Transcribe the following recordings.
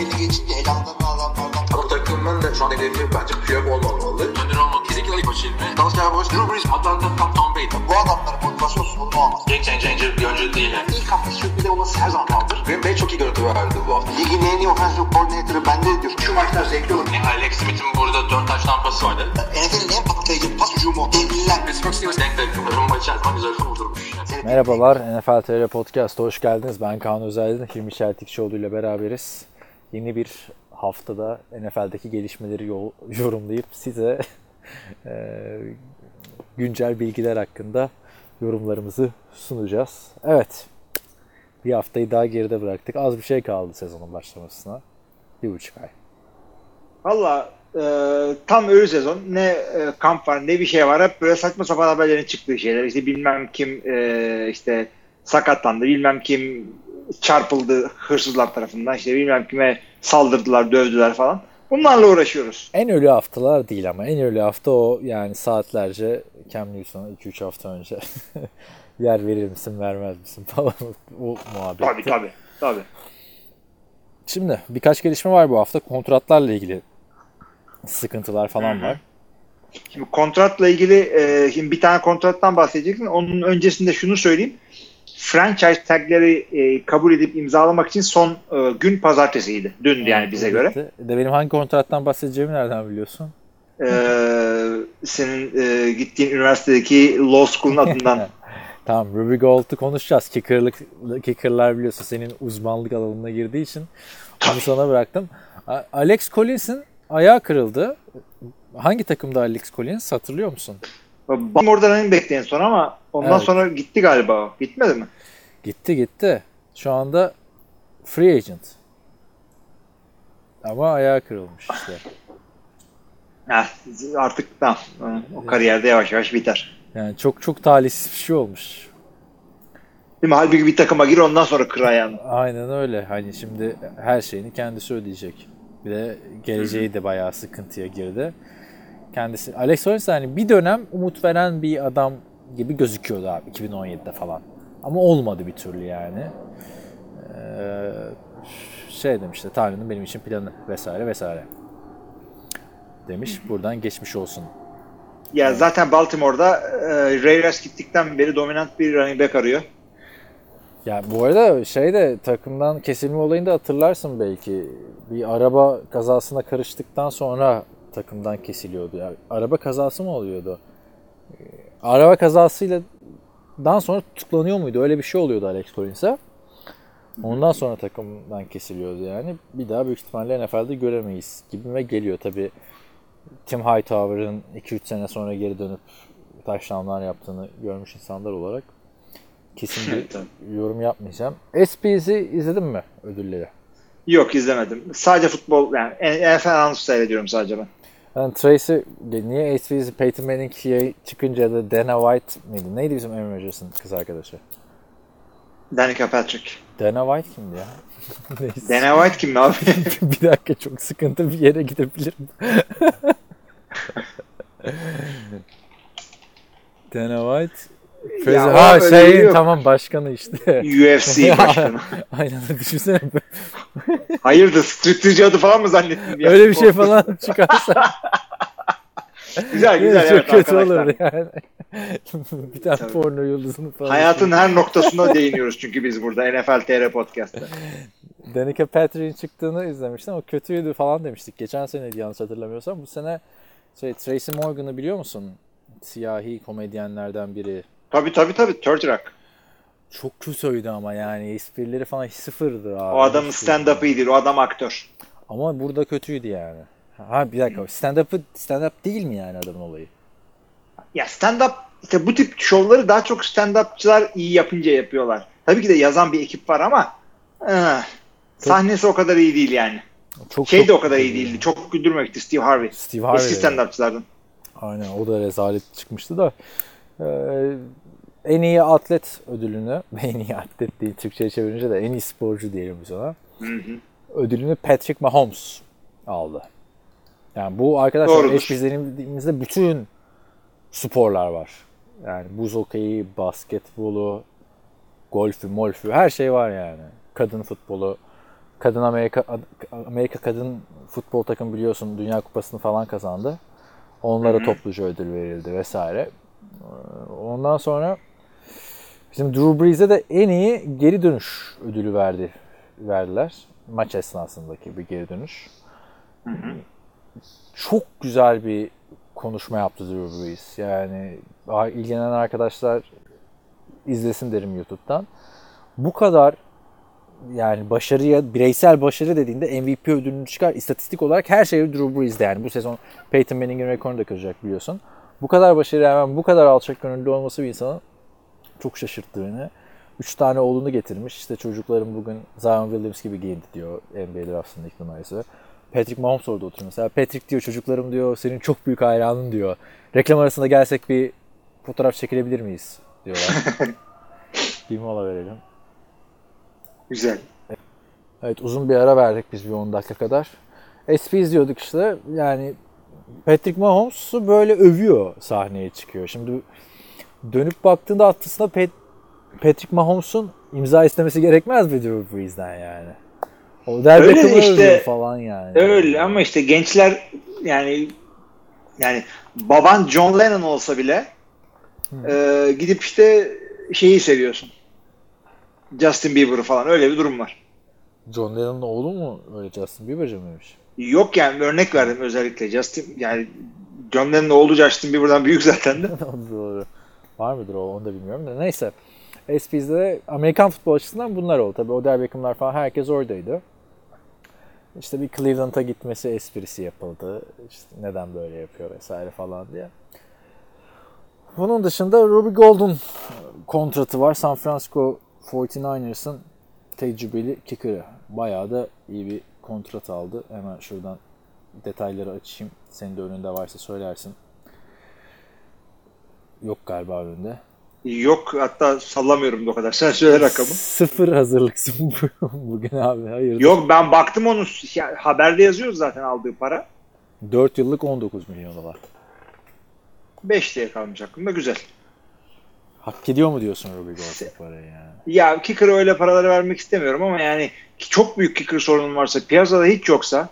belli geçince elanlarını alanlardan. Ama takımın da şu an hedefi bence Piyok olmamalı. Önder olmalı. Kesinlikle ilk başı ilmi. Dalsya Boş, Drew Brees, Atlanta, Tom Brady. Bu adamların motivasyon sorunu olmaz. Game changer bir oyuncu değil yani. İlk hafta sürpriz olması her zaman kaldır. Green Bay çok iyi görüntü verdi bu hafta. Ligin en iyi offensive coordinator'ı bende diyor. Şu maçlar zevkli olur. Alex Smith'in burada 4 taş tampası vardı. NFL'in en patlayıcı pas hücumu. Devliler. Pittsburgh Steelers denk denk. Rumba içerisinde güzel kurdurmuş. Merhabalar, NFL TR Podcast'a hoş geldiniz. Ben Kaan Özaydın, Hilmi Çeltikçioğlu ile beraberiz. Yeni bir haftada NFL'deki gelişmeleri yorumlayıp size güncel bilgiler hakkında yorumlarımızı sunacağız. Evet, bir haftayı daha geride bıraktık. Az bir şey kaldı sezonun başlamasına. 1,5 ay. Valla tam ölü sezon. Ne kamp var ne bir şey var. Hep böyle saçma sapan haberlerin çıktığı şeyler. İşte bilmem kim işte sakatlandı. Bilmem kim çarpıldı hırsızlar tarafından. İşte bilmem kime saldırdılar, dövdüler falan. Bunlarla uğraşıyoruz. En ölü haftalar değil ama en ölü hafta o, yani saatlerce Cam Newton'a 2-3 hafta önce yer verir misin vermez misin falan o muhabbet. Tabii. Şimdi birkaç gelişme var bu hafta. Kontratlarla ilgili sıkıntılar falan var. Şimdi kontratla ilgili şimdi bir tane kontrattan bahsedeceksin. Onun öncesinde şunu söyleyeyim. Franchise tagleri kabul edip imzalamak için son gün pazartesiydi. Dündü yani bize göre. De benim hangi kontrattan bahsedeceğimi nereden biliyorsun? Senin gittiğin üniversitedeki Law School'un adından. Tamam, Ruby Gold'u konuşacağız. Kicker'lar biliyorsun senin uzmanlık alanına girdiği için onu sana bıraktım. Alex Collins'in ayağı kırıldı. Hangi takımda Alex Collins, hatırlıyor musun? Oradan en bekleyen son ama ondan sonra gitti galiba o. Gitmedi mi? Gitti. Şu anda free agent. Ama ayağı kırılmış işte. Artık tamam. O kariyerde yavaş yavaş biter. Yani çok talihsiz bir şey olmuş. Değil mi? Halbuki bir takıma gir ondan sonra kır ayağını. Aynen öyle. Hani şimdi her şeyini kendisi ödeyecek. Bir de geleceği de bayağı sıkıntıya girdi. Kendisi Alex Collins hani bir dönem umut veren bir adam gibi gözüküyordu abi 2017'de falan. Ama olmadı bir türlü yani. Demişti, Tanrı'nın benim için planı vesaire demiş. Buradan geçmiş olsun. Ya zaten Baltimore'da Raiders gittikten beri dominant bir running back arıyor. Ya bu arada takımdan kesilme olayını da hatırlarsın belki. Bir araba kazasına karıştıktan sonra takımdan kesiliyordu. Yani araba kazası mı oluyordu? Araba kazasıyla sonra tutuklanıyor muydu? Öyle bir şey oluyordu Alex Collins'e. Ondan sonra takımdan kesiliyordu yani. Bir daha büyük ihtimalle NFL'de göremeyiz gibime geliyor. Tabii Tim Hightower'ın 2-3 sene sonra geri dönüp touchdownlar yaptığını görmüş insanlar olarak kesin bir yorum yapmayacağım. SP'si izledin mi, ödülleri? Yok, izlemedim. Sadece futbol, yani NFL anonsu seyrediyorum sadece ben. Yani Tracy, niye SP'si Peyton Manning çıkınca da Dana White miydi? Neydi bizim Aaron Rodgers'ın kız arkadaşı? Danica Patrick. Dana White kimdi ya? Dana White kim abi? Bir dakika, çok sıkıntı bir yere gidebilirim. Dana White. Tamam, başkanı işte. UFC başkanı. Aynen, düşünsene. Hayırdır, striptizci adı falan mı zannettin? Öyle bir şey falan çıkarsa. güzel. Çok evet, kötü arkadaşlar. olur yani. Bir tane porno yıldızını falan. Hayatın her noktasına değiniyoruz çünkü biz burada NFL TR Podcast'ta. Danica Patrick'in çıktığını izlemiştim. O kötüydü falan demiştik. Geçen seneydi yanlış hatırlamıyorsam. Bu sene Tracy Morgan'ı biliyor musun? Siyahi komedyenlerden biri. Tabii. Third Rock. Çok kötüydü ama yani esprileri falan sıfırdı abi. O adamın stand-up'ı iyidir. O adam aktör. Ama burada kötüydü yani. Ha bir dakika. Stand-up değil mi yani adamın olayı? Ya stand-up, işte bu tip şovları daha çok stand-upçılar iyi yapınca yapıyorlar. Tabii ki de yazan bir ekip var ama sahnesi o kadar iyi değil yani. De o kadar iyi değildi. Çok güldürmekti Steve Harvey. Eski stand-upçılardan. Aynen, o da rezalet çıkmıştı da. En iyi atlet ödülünü, en iyi atlet değil Türkçe'ye çevirince de en iyi sporcu diyelim biz ona. Ödülünü Patrick Mahomes aldı. Yani bu arkadaşlar eş izlediğimizde bütün sporlar var. Yani buz hokeyi, basketbolu, golfü, her şey var yani. Kadın futbolu, Amerika kadın futbol takımı biliyorsun Dünya Kupası'nı falan kazandı. Onlara topluca ödül verildi vesaire. Ondan sonra bizim Drew Brees'e de en iyi geri dönüş ödülü verdiler. Maç esnasındaki bir geri dönüş. Çok güzel bir konuşma yaptı Drew Brees. Yani ilgilenen arkadaşlar izlesin derim YouTube'dan. Bu kadar yani bireysel başarı dediğinde MVP ödülünü çıkar. İstatistik olarak her şey Drew Brees'de yani. Bu sezon Peyton Manning'in rekorunu da kıracak biliyorsun. Bu kadar başarıya rağmen bu kadar alçak gönüllü olması bir insanın çok şaşırttı beni. 3 tane oğlunu getirmiş. İşte çocuklarım bugün Zion Williams gibi giyindi diyor NBA draftında ilk numarası. Patrick Mahomes orada oturuyor mesela. Patrick diyor çocuklarım diyor senin çok büyük hayranın diyor. Reklam arasında gelsek bir fotoğraf çekilebilir miyiz diyorlar. Bir mola verelim. Güzel. Evet uzun bir ara verdik biz bir 10 dakika kadar. SP izliyorduk işte. Yani Patrick Mahomes'u böyle övüyor sahneye çıkıyor. Şimdi dönüp baktığında aslında Patrick Mahomes'un imza istemesi gerekmez mi Drew Brees'den yani? O Beckham'ı işte, övüyor falan yani. Öyle ama işte gençler yani baban John Lennon olsa bile gidip işte şeyi seviyorsun. Justin Bieber'ı falan öyle bir durum var. John Lennon'un oğlu mu öyle Justin Bieber'cı mıymış? Yok yani örnek verdim özellikle yani John Lennon'un oğlu Justin Bieber'dan büyük zaten de. Doğru. Var mıdır o onu da bilmiyorum da neyse. SP'de Amerikan futbol açısından bunlar oldu. Tabii Odell Beckham'lar falan herkes oradaydı. İşte bir Cleveland'a gitmesi esprisi yapıldı. İşte neden böyle yapıyor vesaire falan diye. Bunun dışında Ruby Gold'un kontratı var. San Francisco 49ers'ın tecrübeli kicker'ı. Bayağı da iyi bir kontrat aldı. Hemen şuradan detayları açayım. Senin de önünde varsa söylersin. Yok galiba önünde. Yok hatta sallamıyorum da o kadar. Sen söyle rakamı. 0 hazırlıksın bugün abi. Hayırdır? Yok ben baktım onun haberde yazıyor zaten aldığı para. 4 yıllık 19 milyon dolar. 5 diye kalmış aklımda güzel. Hak ediyor mu diyorsun Ruby Gold parayı yani? Ya kicker'a öyle paraları vermek istemiyorum ama yani çok büyük kicker sorunun varsa piyasada hiç yoksa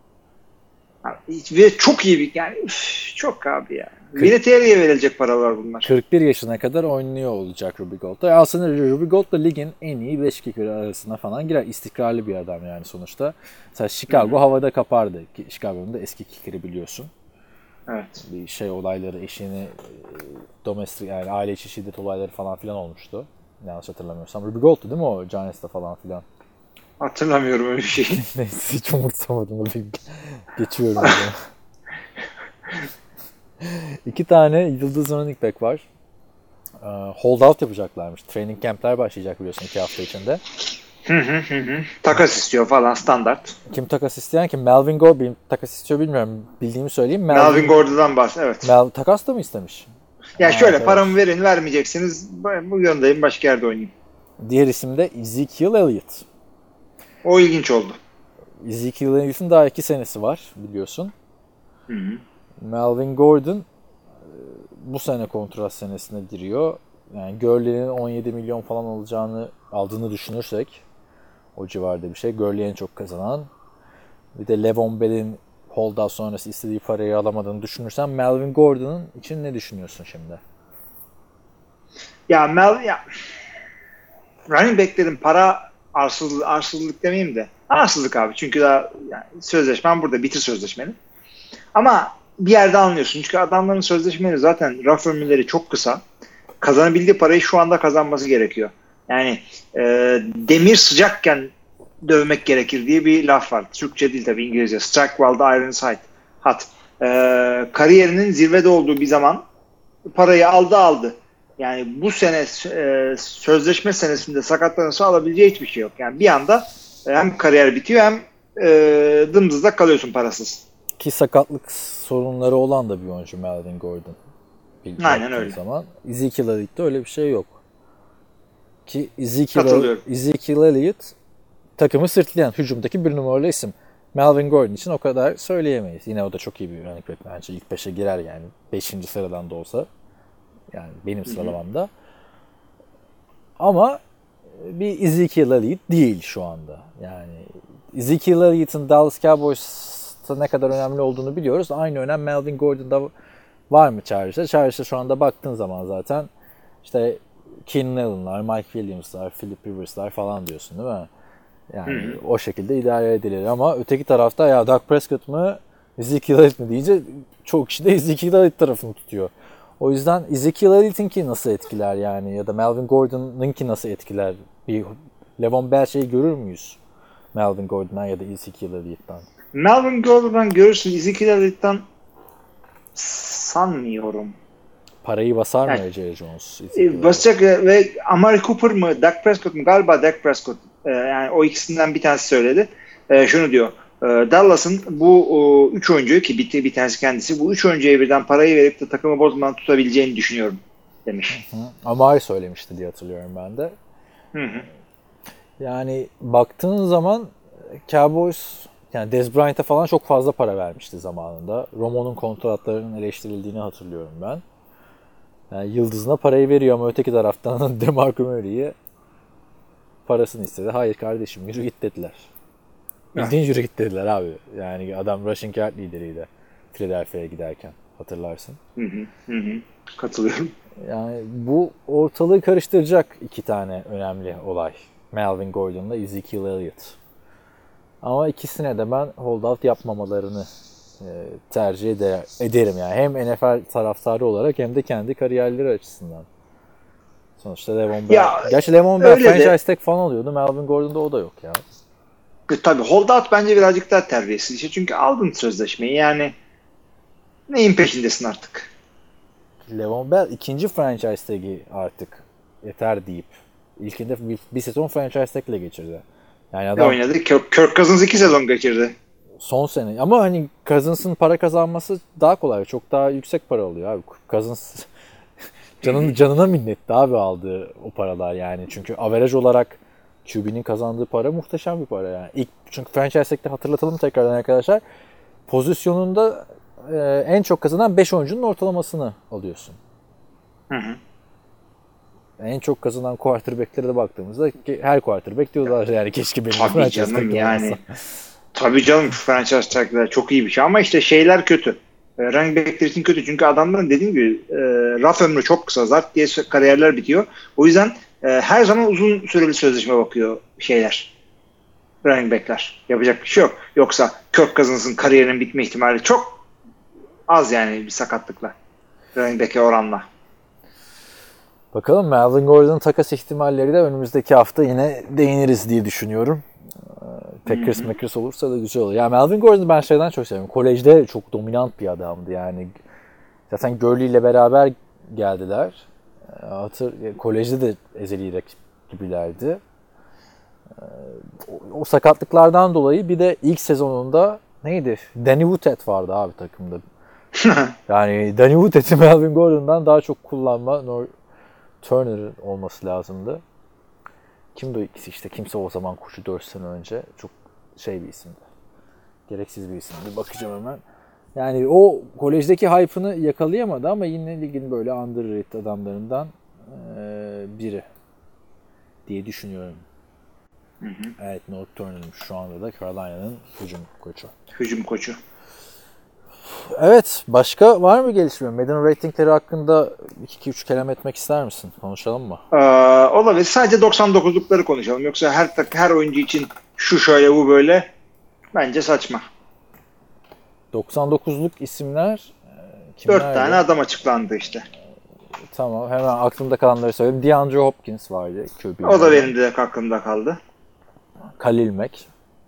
ve çok iyi bir yani çok abi ya. Vinatieri'ye verilecek paralar bunlar. 41 yaşına kadar oynuyor olacak Ruby Gold'da. Aslında Ruby Gold da ligin en iyi 5 kicker arasına falan girer. İstikrarlı bir adam yani sonuçta. Mesela Chicago havada kapardı. Chicago'nun da eski kicker'ı biliyorsun. Evet. Bir olayları eşini domestik yani aile içi şiddet olayları falan filan olmuştu. Yanlış hatırlamıyorsam. Ruby Gold'tu değil mi o? Giants'ta falan filan. Hatırlamıyorum öyle bir şey. Neyse hiç umursamadım. Geçiyorum. 2 tane yıldız running back var. Holdout yapacaklarmış. Training camp'ler başlayacak biliyorsun 2 hafta içinde. Takas istiyor falan standart. Kim takas isteyen kim? Melvin Gordon takas istiyor bilmiyorum. Bildiğimi söyleyeyim. Melvin Gordon'dan bahs. Evet. Takas da mı istemiş? Ya şöyle evet. Paramı verin vermeyeceksiniz. Bu yöndeyim başka yerde oynayayım. Diğer isim de Ezekiel Elliott. O ilginç oldu. Ezekiel Elliott'ın daha 2 senesi var biliyorsun. Hı-hı. Melvin Gordon bu sene kontrat senesine giriyor. Yani Gurley'nin 17 milyon falan aldığını düşünürsek o civarda bir şey. Gurley en çok kazanan. Bir de Le'Veon Bell'in holdout sonrası istediği parayı alamadığını düşünürsen Melvin Gordon'un için ne düşünüyorsun şimdi? Ya running back'lerin para arsızlık demeyeyim de arsızlık abi. Çünkü daha yani sözleşmen burada. Bitir sözleşmeni. Ama bir yerde anlıyorsun. Çünkü adamların sözleşmeleri zaten rough ömürleri çok kısa. Kazanabildiği parayı şu anda kazanması gerekiyor. Yani demir sıcakken dövmek gerekir diye bir laf var. Türkçe değil tabii İngilizce. Strike while the iron is hot. Kariyerinin zirvede olduğu bir zaman parayı aldı. Yani bu sene sözleşme senesinde sakatlanırsa alabileceği hiçbir şey yok. Yani bir anda hem kariyer bitiyor hem dımdızlak kalıyorsun parasız. Ki sakatlık sorunları olan da bir oyuncu Melvin Gordon. Aynen öyle. Zaman. Ezekiel Elliott'ta öyle bir şey yok. Ki Ezekiel Elliott takımı sırtlayan hücumdaki bir numaralı isim. Melvin Gordon için o kadar söyleyemeyiz. Yine o da çok iyi bir running back. Bence ilk 5'e girer yani. 5. sıradan da olsa. Yani benim sıralamamda. Ama bir Ezekiel Elliott değil şu anda. Yani Ezekiel Elliott'ın Dallas Cowboys'ta ne kadar önemli olduğunu biliyoruz. Aynı önem Melvin Gordon'da var mı Chargers'ta? Chargers'ta şu anda baktığın zaman zaten işte Keenan Allen'lar, Mike Williams'lar, Philip Rivers'lar falan diyorsun değil mi? Yani o şekilde idare edilir ama öteki tarafta ya Dak Prescott mı Ezekiel Elliott mi deyince çok kişi de Ezekiel Elliott tarafını tutuyor. O yüzden Ezekiel Elliott'inki nasıl etkiler yani ya da Melvin Gordon'ınki nasıl etkiler? Bir Le'Veon Bell şeyi görür müyüz? Melvin Gordon'dan ya da Ezekiel Elliott'tan. Melvin Gordon'dan görürsün. Ezekiel Elliott'tan sanmıyorum. Parayı basar mı Yani, J.J. Jones? Basacak ve Amari Cooper mı? Dak Prescott mu? Galiba Dak Prescott. Yani o ikisinden bir tanesi söyledi. Şunu diyor. Dallas'ın bu 3 oyuncuyu ki bir tanesi kendisi bu 3 oyuncuya birden parayı verip de takımı bozmadan tutabileceğini düşünüyorum demiş. Amari söylemişti diye hatırlıyorum ben de. Hı. Yani baktığın zaman Cowboys yani Dez Bryant'a falan çok fazla para vermişti zamanında. Romo'nun kontratlarının eleştirildiğini hatırlıyorum ben. Yani yıldızına parayı veriyor ama öteki taraftan DeMarco Murray'e parasını istedi. Hayır kardeşim yürü git dediler. Bildiğin yürü git dediler abi. Yani adam rushing yard lideriydi Philadelphia'ya giderken hatırlarsın. Hı. Katılıyorum. Yani bu ortalığı karıştıracak iki tane önemli olay. Melvin Gordon'la Ezekiel Elliott. Ama ikisine de ben holdout yapmamalarını tercih ederim. Yani hem NFL taraftarı olarak hem de kendi kariyerleri açısından. Sonuçta Le'Veon Bell. Gerçi Le'Veon Bell franchise tag falan alıyordu. Melvin Gordon'da o da yok ya. Tabii holdout bence birazcık daha terbiyesiz işte. Çünkü aldın sözleşmeyi yani neyin peşindesin artık? Le'Veon Bell ikinci franchise tag'i artık yeter deyip ilkinde bir sezon franchise tag'le geçirdi. Yani adam oynadı. Kirk Cousins 2 sezon geçirdi. Son sene. Ama hani Cousins'ın para kazanması daha kolay. Çok daha yüksek para alıyor abi. Cousins canına minnetti abi aldığı o paralar yani. Çünkü average olarak QB'nin kazandığı para muhteşem bir para yani. Çünkü franchise tag'te hatırlatalım tekrardan arkadaşlar. Pozisyonunda en çok kazanan 5 oyuncunun ortalamasını alıyorsun. Hı. En çok kazanan quarterback'lere de baktığımızda her quarterback diyorlar yani keşke benim franchise tag'te yani. Tabii canım franchise tag'ler çok iyi bir şey ama işte şeyler kötü. Running back'ler için kötü çünkü adamların dediğim gibi raf ömrü çok kısa. Zart diye kariyerler bitiyor. O yüzden her zaman uzun süreli sözleşme bakıyor running back'ler. Yapacak bir şey yok. Yoksa Kirk Cousins'ın kariyerinin bitme ihtimali çok az yani bir sakatlıkla. Running back'e oranla. Bakalım Melvin Gordon'un takas ihtimalleri de önümüzdeki hafta yine değiniriz diye düşünüyorum. Packers olursa da güzel olur. Ya Melvin Gordon'u ben şeyden çok seviyorum. Kolejde çok dominant bir adamdı yani. Zaten Gurley ile beraber geldiler. Kolejde de ezeli rakip gibilerdi. O sakatlıklardan dolayı bir de ilk sezonunda neydi? Danny Woodhead vardı abi takımda. Yani Danny Woodhead'i Melvin Gordon'dan daha çok kullanma Turner olması lazımdı. Kimdi o ikisi işte? Kimse o zaman koşu 4 sene önce. Çok şey bir isimdi. Gereksiz bir isimdi. Bakacağım hemen. Yani o kolejdeki hype'ını yakalayamadı ama yine ligin böyle underrated adamlarından biri diye düşünüyorum. Hı. Evet, North Turner'mış şu anda da Carolina'nın hücum koçu. Evet, başka var mı gelişme? Madden ratingleri hakkında 2-3 kelam etmek ister misin? Konuşalım mı? Olabilir. Sadece 99'lukları konuşalım. Yoksa her oyuncu için şu şöyle bu böyle bence saçma. 99'luk isimler kimler? 4 tane adam açıklandı işte. Tamam, hemen aklımda kalanları söyleyeyim. DeAndre Hopkins vardı. O da benim de aklımda kaldı. Khalil Mack.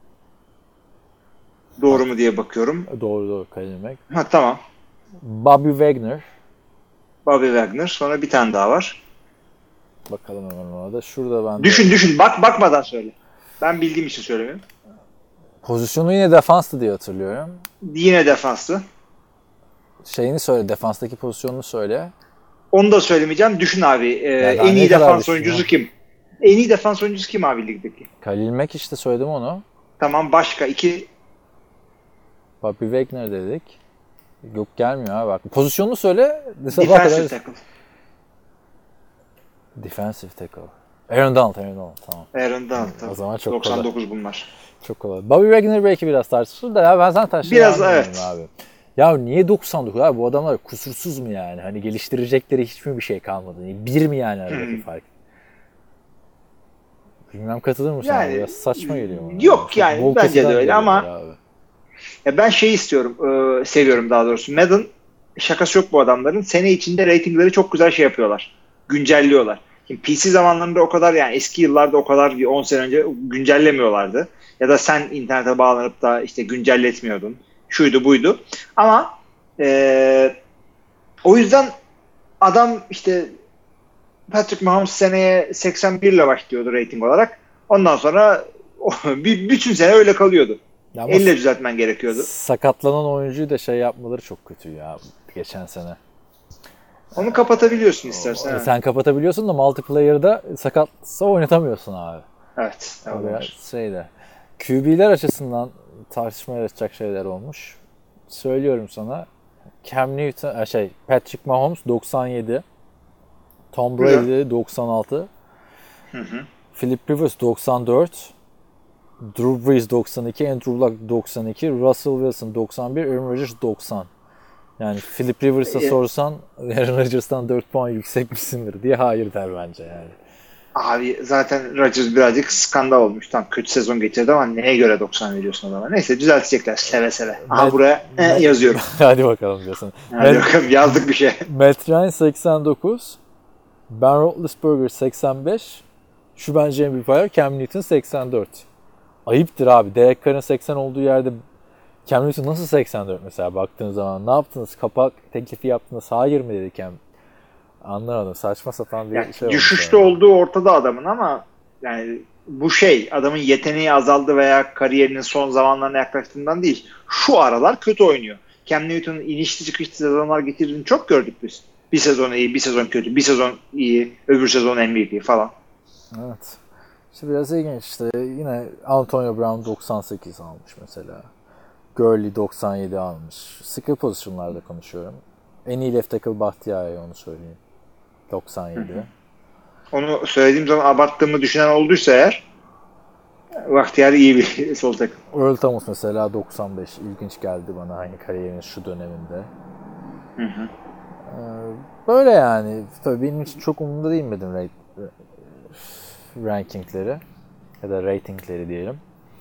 Doğru mu diye bakıyorum. Doğru Khalil Mack. Tamam. Bobby Wagner. Sonra bir tane daha var. Bakalım hemen ona da. Şurada ben Düşün. Bakmadan söyle. Ben bildiğim için söylemiyorum. Pozisyonu yine defanstı diye hatırlıyorum. Yine defansı. Şeyini söyle. Defanstaki pozisyonunu söyle. Onu da söylemeyeceğim. Düşün abi. En iyi defans oyuncusu kim? En iyi defans oyuncusu kim abi ligdeki? Khalil Mack işte söyledim onu. Tamam başka 2. Bobby Wagner dedik. Yok gelmiyor abi bak. Pozisyonunu söyle. Defensive tackle. Defensive tackle. Aaron Donald tamam. Aaron Donald. O zaman çok 99 kolay. bunlar. Çok kolay. Bobby Wagner belki biraz tartışılır da ya ben zaten biraz evet. Abi. Ya niye 99 abi? Bu adamlar kusursuz mu yani? Hani geliştirecekleri hiçbir şey kalmadı. Bir mi yani aradaki fark? Bilmem katılır mısın? Yani, biraz saçma geliyor bana. Yok yani bence de öyle ama abi. Ben şeyi istiyorum, seviyorum daha doğrusu. Madden şakası yok bu adamların. Sene içinde ratingleri çok güzel şey yapıyorlar. Güncelliyorlar. Şimdi PC zamanlarında o kadar yani eski yıllarda o kadar 10 sene önce güncellemiyorlardı. Ya da sen internete bağlanıp da işte güncelletmiyordun. Şuydu buydu. Ama o yüzden adam işte Patrick Mahomes seneye 81 ile başlıyordu rating olarak. Ondan sonra bütün sene öyle kalıyordu. Elle düzeltmen gerekiyordu. Sakatlanan oyuncuyu da yapmaları çok kötü ya geçen sene. Onu kapatabiliyorsun istersen. Sen kapatabiliyorsun da multiplayer'da sakatsa oynatamıyorsun abi. Evet. QB'ler açısından tartışma yaratacak şeyler olmuş. Söylüyorum sana. Cam Newton, Patrick Mahomes 97. Tom Brady 96. Philip Rivers 94. Drew Brees 92, Andrew Luck 92, Russell Wilson 91, Aaron Rodgers 90. Yani Philip Rivers'a sorsan Aaron Rodgers'tan 4 puan yüksek misindir diye hayır der bence yani. Abi zaten Rodgers birazcık skandal olmuş. Tam kötü sezon geçirdi ama neye göre 90 veriyorsun adama? Neyse düzeltecekler seve seve. Buraya yazıyorum. Hadi bakalım diyorsun. Hadi bakalım yazdık bir şey. Matt Ryan 89, Ben Roethlisberger 85, şu bence MVP var, Cam Newton 84. Ayıptır abi. Derek Carr'ın 80 olduğu yerde Cam Newton nasıl 84 mesela baktığın zaman? Ne yaptınız? Kapak teklifi yaptınız. Hayır mı dedi Cam? Anlamadım. Saçma sapan bir yani şey oldu. Düşüşte olduğu ortada adamın ama yani bu adamın yeteneği azaldı veya kariyerinin son zamanlarına yaklaştığından değil. Şu aralar kötü oynuyor. Cam Newton'un inişli çıkışlı sezonlar getirdiğini çok gördük biz. Bir sezon iyi, bir sezon kötü, bir sezon iyi, öbür sezon MVP falan. Evet. İşte biraz ilginç işte. Yine Antonio Brown 98 almış mesela. Gurley 97 almış. Skill pozisyonlarda konuşuyorum. En iyi left tackle Bahtiyar'a onu söyleyeyim. 97. Onu söylediğim zaman abarttığımı düşünen olduysa eğer Bahtiyar iyi bir sol tackle. Earl Thomas mesela 95. İlginç geldi bana aynı kariyerin şu döneminde. Böyle yani. Tabii benim için çok umurumda değil miydim rankingleri ya da ratingleri diyelim.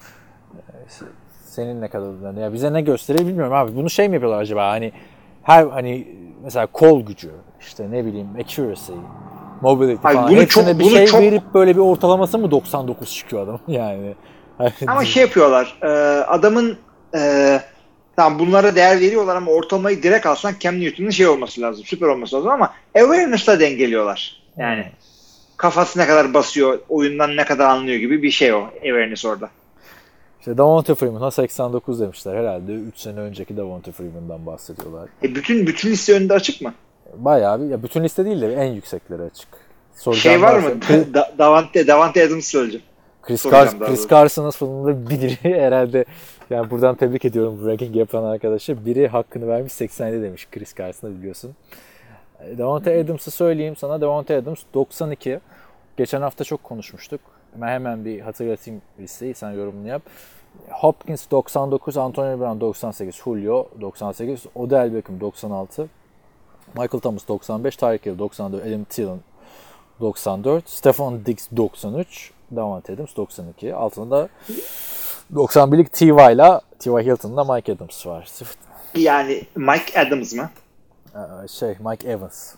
Senin ne kadar ya bize ne gösterir bilmiyorum abi. Bunu mi yapıyorlar acaba? Hani mesela kol gücü, işte ne bileyim accuracy, mobility falan. Hepsine verip böyle bir ortalaması mı 99 çıkıyor adam yani. Ama yapıyorlar. Adamın tamam bunlara değer veriyorlar ama ortalamayı direkt alsan Cam Newton'un olması lazım. Süper olması lazım ama awareness'la dengeliyorlar. Yani kafası ne kadar basıyor, oyundan ne kadar anlıyor gibi bir o. Awareness orada. İşte Davante Freeman'a 89 demişler herhalde. 3 sene önceki Davante Freeman'dan bahsediyorlar. Bütün liste önünde açık mı? Bayağı bir. Ya bütün liste değil de en yüksekleri açık. Var mı? Davante Adams söyleyeceğim. Chris Carson'ın sonunda biri herhalde yani buradan tebrik ediyorum bu ranking yapan arkadaşa. Biri hakkını vermiş 87 demiş Chris Carson'a biliyorsun. Davante Adams'ı söyleyeyim sana. Davante Adams 92. Geçen hafta çok konuşmuştuk. Ben hemen bir hatırlatayım listeyi. Sen yorumunu yap. Hopkins 99, Antonio Brown 98, Julio 98, Odell Beckham 96, Michael Thomas 95, Tyreek Hill 94, Adam Thielen 94, Stephon Diggs 93, Davante Adams 92. Altında 91'lik T.Y. Hilton'la Mike Adams var. Yani Mike Adams mı? Mike Evans.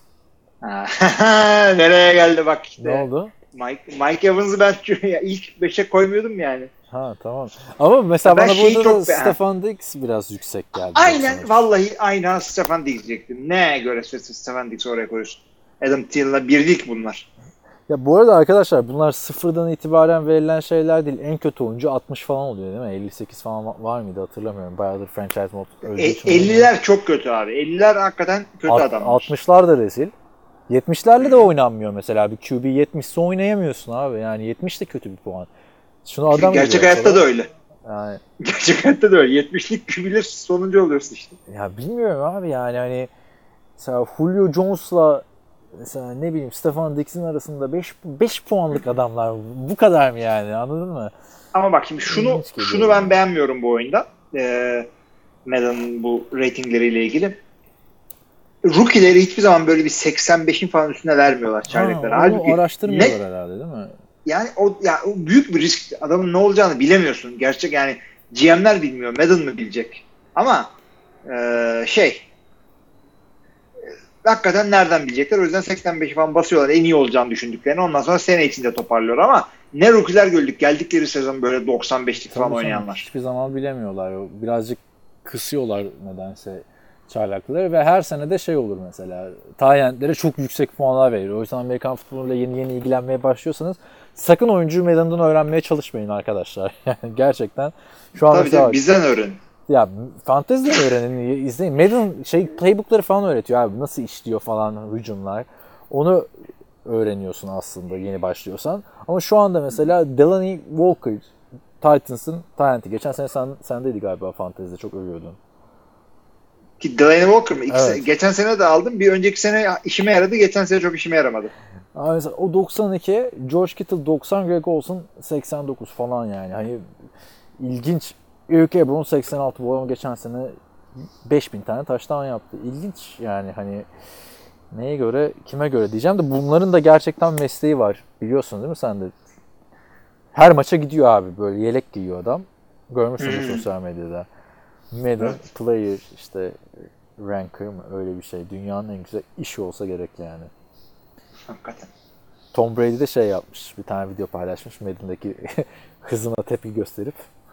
Nereye geldi bak işte. Ne oldu? Mike Evans'ı ben ilk 5'e koymuyordum yani. Ha tamam. Ama mesela bana burada da Stephon Diggs biraz yüksek geldi. Aynen vallahi aynen Stephon Diggs diyecektim. Neye göre Stephon Diggs'i oraya koyuyorsun? Adam Thielen'la birlik bunlar. Ya bu arada arkadaşlar bunlar sıfırdan itibaren verilen şeyler değil. En kötü oyuncu 60 falan oluyor değil mi? 58 falan var mıydı hatırlamıyorum. Bayağıdır franchise mod öldüğü için. 50'ler çok kötü abi. 50'ler hakikaten kötü adamlar. 60'lar da rezil. 70'lerle de oynanmıyor mesela. Bir QB 70'se oynayamıyorsun abi. Yani 70 de kötü bir puan. Şunu adam gerçek hayatta da öyle. Yani, gerçek hayatta da öyle. 70'lik QB'ler sonuncu oluyorsun işte. Ya bilmiyorum abi yani hani mesela Julio Jones'la mesela ne bileyim Stefan Dix'in arasında 5 puanlık adamlar. Bu kadar mı yani? Anladın mı? Ama bak şimdi şunu ben beğenmiyorum bu oyunda. Madden'ın bu ratingleriyle ilgili. Rookie'leri hiçbir zaman böyle bir 85'in falan üstüne vermiyorlar çaylıklara. Onu araştırmıyorlar herhalde değil mi? Yani o büyük bir risk. Adamın ne olacağını bilemiyorsun. Gerçek yani GM'ler bilmiyor. Madden mı bilecek? Ama hakikaten nereden bilecekler? O yüzden 85 falan basıyorlar en iyi olacağını düşündüklerini. Ondan sonra sene içinde toparlıyorlar ama ne rookie'ler gördük. Geldikleri sezon böyle 95'lik falan oynayanlar. Hiçbir zaman bilemiyorlar. Birazcık kısıyorlar nedense çaylakları ve her sene de şey olur mesela. Tayentlere çok yüksek puanlar verir. O yüzden Amerikan futboluyla yeni ilgilenmeye başlıyorsanız sakın oyuncuyu Madden'dan öğrenmeye çalışmayın arkadaşlar. Yani gerçekten şu an tabii bizden öğrenin. Ya fanteziden öğrenin, izleyin. Madden playbook'ları falan öğretiyor abi. Nasıl işliyor falan hücumlar. Onu öğreniyorsun aslında yeni başlıyorsan. Ama şu anda mesela Delaney Walker Titans'ın Tyrant'i. Geçen sene sendeydi galiba fantezide. Çok övüyordun. Ki Delaney Walker mı? Evet. Geçen sene de aldım. Bir önceki sene işime yaradı. Geçen sene çok işime yaramadı. Ama mesela o 92, George Kittle 90, Greg Olsen 89 falan yani. Hani ilginç. Eric Ebron 86. Bu adam geçen sene 5000 tane touchdown yaptı. İlginç yani hani neye göre, kime göre diyeceğim de bunların da gerçekten mesleği var. Biliyorsun değil mi sen de? Her maça gidiyor abi böyle yelek giyiyor adam. Görmüşsünüz sosyal medyada. Madden Player işte Ranker mı öyle bir şey. Dünyanın en güzel işi olsa gerek yani. Hakikaten. Tom Brady de şey yapmış. Bir tane video paylaşmış. Madden'daki hızına tepki gösterip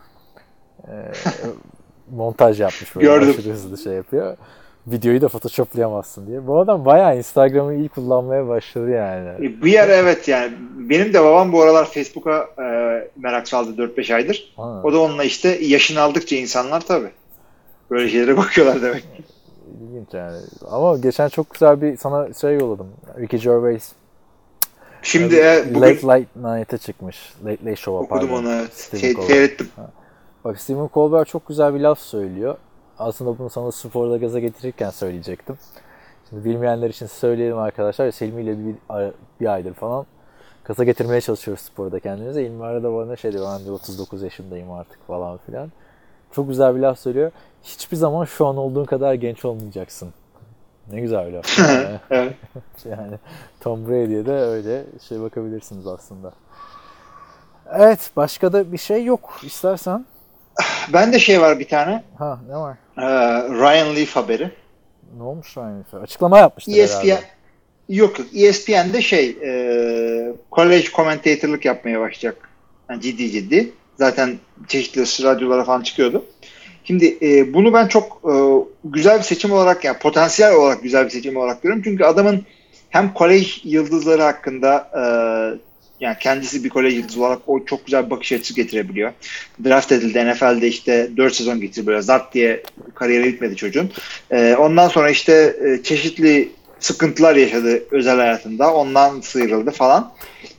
montaj yapmış böyle. Gördüm. Aşırı hızlı şey yapıyor. Videoyu da photoshoplayamazsın diye. Bu adam bayağı Instagram'ı iyi kullanmaya başladı yani. Bir yer evet yani. Benim de babam bu aralar Facebook'a merak saldı 4-5 aydır. Ha. O da onunla işte yaşını aldıkça insanlar tabii. Böyle şeylere bakıyorlar demek. İlginç yani. Ama geçen çok güzel bir sana şey yolladım. Ricky Gervais. Şimdi bugün Late Night'e çıkmış. Late Show'a pardon. okudum onu. Stephen Colbert. Seyrettim. Bak Stephen Colbert çok güzel bir laf söylüyor. Aslında bunu sana sporda gaza getirirken söyleyecektim. Şimdi bilmeyenler için söyleyelim arkadaşlar. Selmi ile bir aydır falan gaza getirmeye çalışıyoruz sporda kendimize. İlmi arada bana şey diyor, ben de 39 yaşındayım artık falan filan. Çok güzel bir laf söylüyor. Hiçbir zaman şu an olduğun kadar genç olmayacaksın. Ne güzel bir laf. Evet. Yani Tom Brady'ye de öyle şey bakabilirsiniz aslında. Evet, başka da bir şey yok istersen. Bende şey var bir tane. Ha, ne var? Ryan Leaf haberi. Ne olmuş Ryan Leaf? Açıklama yapmıştır herhalde. Yok. ESPN'de college commentator'lık yapmaya başlayacak. Yani ciddi. Zaten çeşitli radyolara falan çıkıyordu. Şimdi bunu ben çok güzel bir seçim olarak yani potansiyel olarak güzel bir seçim olarak görüyorum. Çünkü adamın hem kolej yıldızları hakkında yani kendisi bir kolej yıldızı olarak o çok güzel bir bakış açısı getirebiliyor. Draft edildi. NFL'de işte 4 sezon getirdi böyle zart diye kariyeri bitmedi çocuğun. Ondan sonra işte çeşitli sıkıntılar yaşadı özel hayatında. Ondan sıyrıldı falan.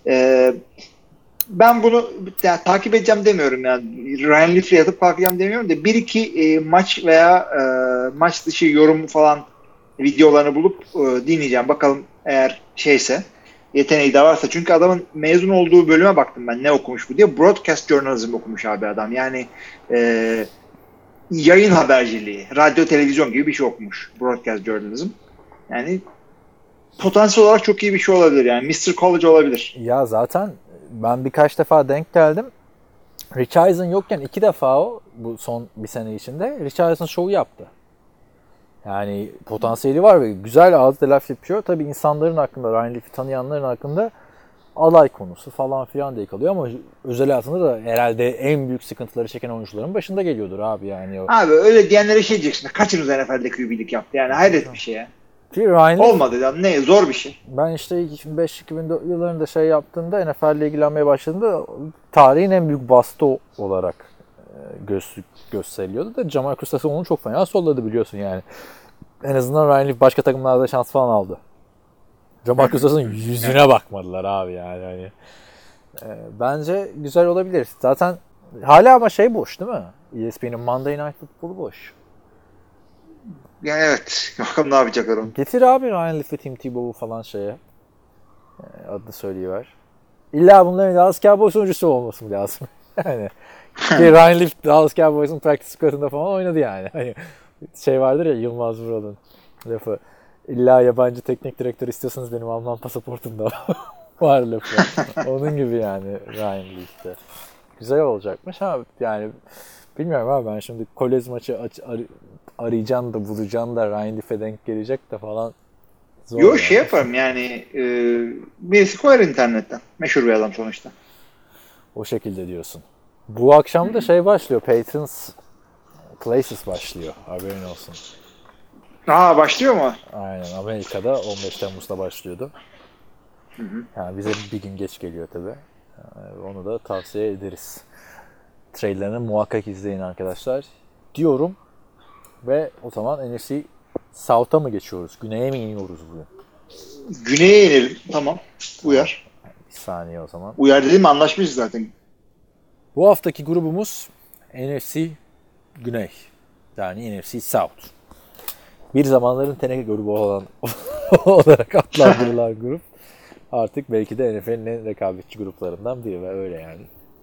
Ben bunu yani, takip edeceğim demiyorum yani. Ryan Leaf'le yatıp kalkacağım demiyorum da bir iki maç veya maç dışı yorum falan videolarını bulup dinleyeceğim. Bakalım eğer yeteneği de varsa. Çünkü adamın mezun olduğu bölüme baktım ben ne okumuş bu diye. Broadcast Journalism okumuş abi adam. Yani yayın haberciliği, radyo televizyon gibi bir şey okumuş. Broadcast Journalism. Yani potansiyel olarak çok iyi bir şey olabilir yani. Mr. College olabilir. Ya zaten ben birkaç defa denk geldim. Rich Eisen yokken 2 defa bu son bir sene içinde Rich Eisen şovu yaptı. Yani potansiyeli var ve güzel ağızda laf yapıyor. Tabii insanların hakkında, Ryan Leaf'i tanıyanların hakkında alay konusu falan filan diye kalıyor ama özel hayatında da herhalde en büyük sıkıntıları çeken oyuncuların başında geliyordur abi yani. Abi öyle diyenlere şey diyeceksin. Kaçınız NFL'de QB'lik yaptı yani hayret bir şey ya. Ryan olmadı ya. Ne zor bir şey. Ben işte 2005-2004 yıllarında şey yaptığımda NFL ile ilgilenmeye başladığımda tarihin en büyük bastı olarak gösteriliyordu da Jamarcus Russell onu çok fena solladı biliyorsun yani. En azından Ryan Leaf başka takımlarda şans falan aldı. Jamarcus Russell'ın yüzüne bakmadılar abi yani. Hani, bence güzel olabilir. Zaten hala ama boş değil mi? ESPN'in Monday Night Football'u boş. Yani evet. Bakalım ne yapacaklar onu. Getir abi Ryan Leaf ve Tim Tebow'u falan şeye. Adını söyleyiver. İlla bunların Dallas Cowboys oyuncusu olması mı lazım? Yani ki Ryan Leaf Dallas Cowboys'un practice squad'ında falan oynadı yani. Hani şey vardır ya Yılmaz Vural'ın lafı. İlla yabancı teknik direktör istiyorsanız benim Alman pasaportumda var lafı. Onun gibi yani Ryan Leaf'te. Güzel olacakmış ha yani bilmiyorum abi ben şimdi kolej maçı arayacaksın da bulacaksın da Ryan Leaf'e denk gelecek de falan. Zor Yo yani. şey yaparım yani birisi koyar internetten. Meşhur bir adam sonuçta. O şekilde diyorsun. Bu akşam da şey başlıyor. Peyton's Places başlıyor. Haberin olsun. Aa başlıyor mu? Aynen. Amerika'da 15 Temmuz'da başlıyordu. Yani bize bir gün geç geliyor tabii. Yani onu da tavsiye ederiz. Trailer'ını muhakkak izleyin arkadaşlar. Diyorum. Ve o zaman NFC South'a mı geçiyoruz? Güney'e mi iniyoruz bugün? Güney'e inelim. Tamam. Uyar. Bir saniye o zaman. Uyar dediğim anlaşmışız zaten. Bu haftaki grubumuz NFC Güney. Yani NFC South. Bir zamanların teneke grubu olan olarak adlandırılan grup. Artık belki de NFL'in en rekabetçi gruplarından biri ve öyle yani.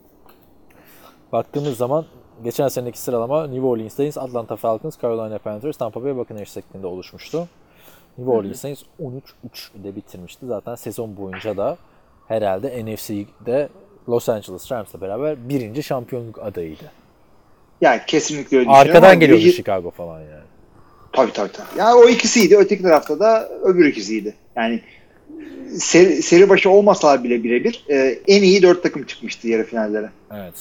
Baktığımız zaman geçen seneki sıralama New Orleans Saints, Atlanta Falcons, Carolina Panthers, Tampa Bay Buccaneers şeklinde oluşmuştu. New Orleans Saints 13-3 ile bitirmişti. Zaten sezon boyunca da herhalde NFC'de Los Angeles Rams'la beraber birinci şampiyonluk adayıydı. Yani kesinlikle öyle düşünüyorum. Arkadan geliyordu Chicago falan yani. Tabii. Yani o ikisiydi. Öteki tarafta da öbür ikisiydi. Yani seri başı olmasalar bile birebir en iyi 4 takım çıkmıştı yarı finallere. Evet.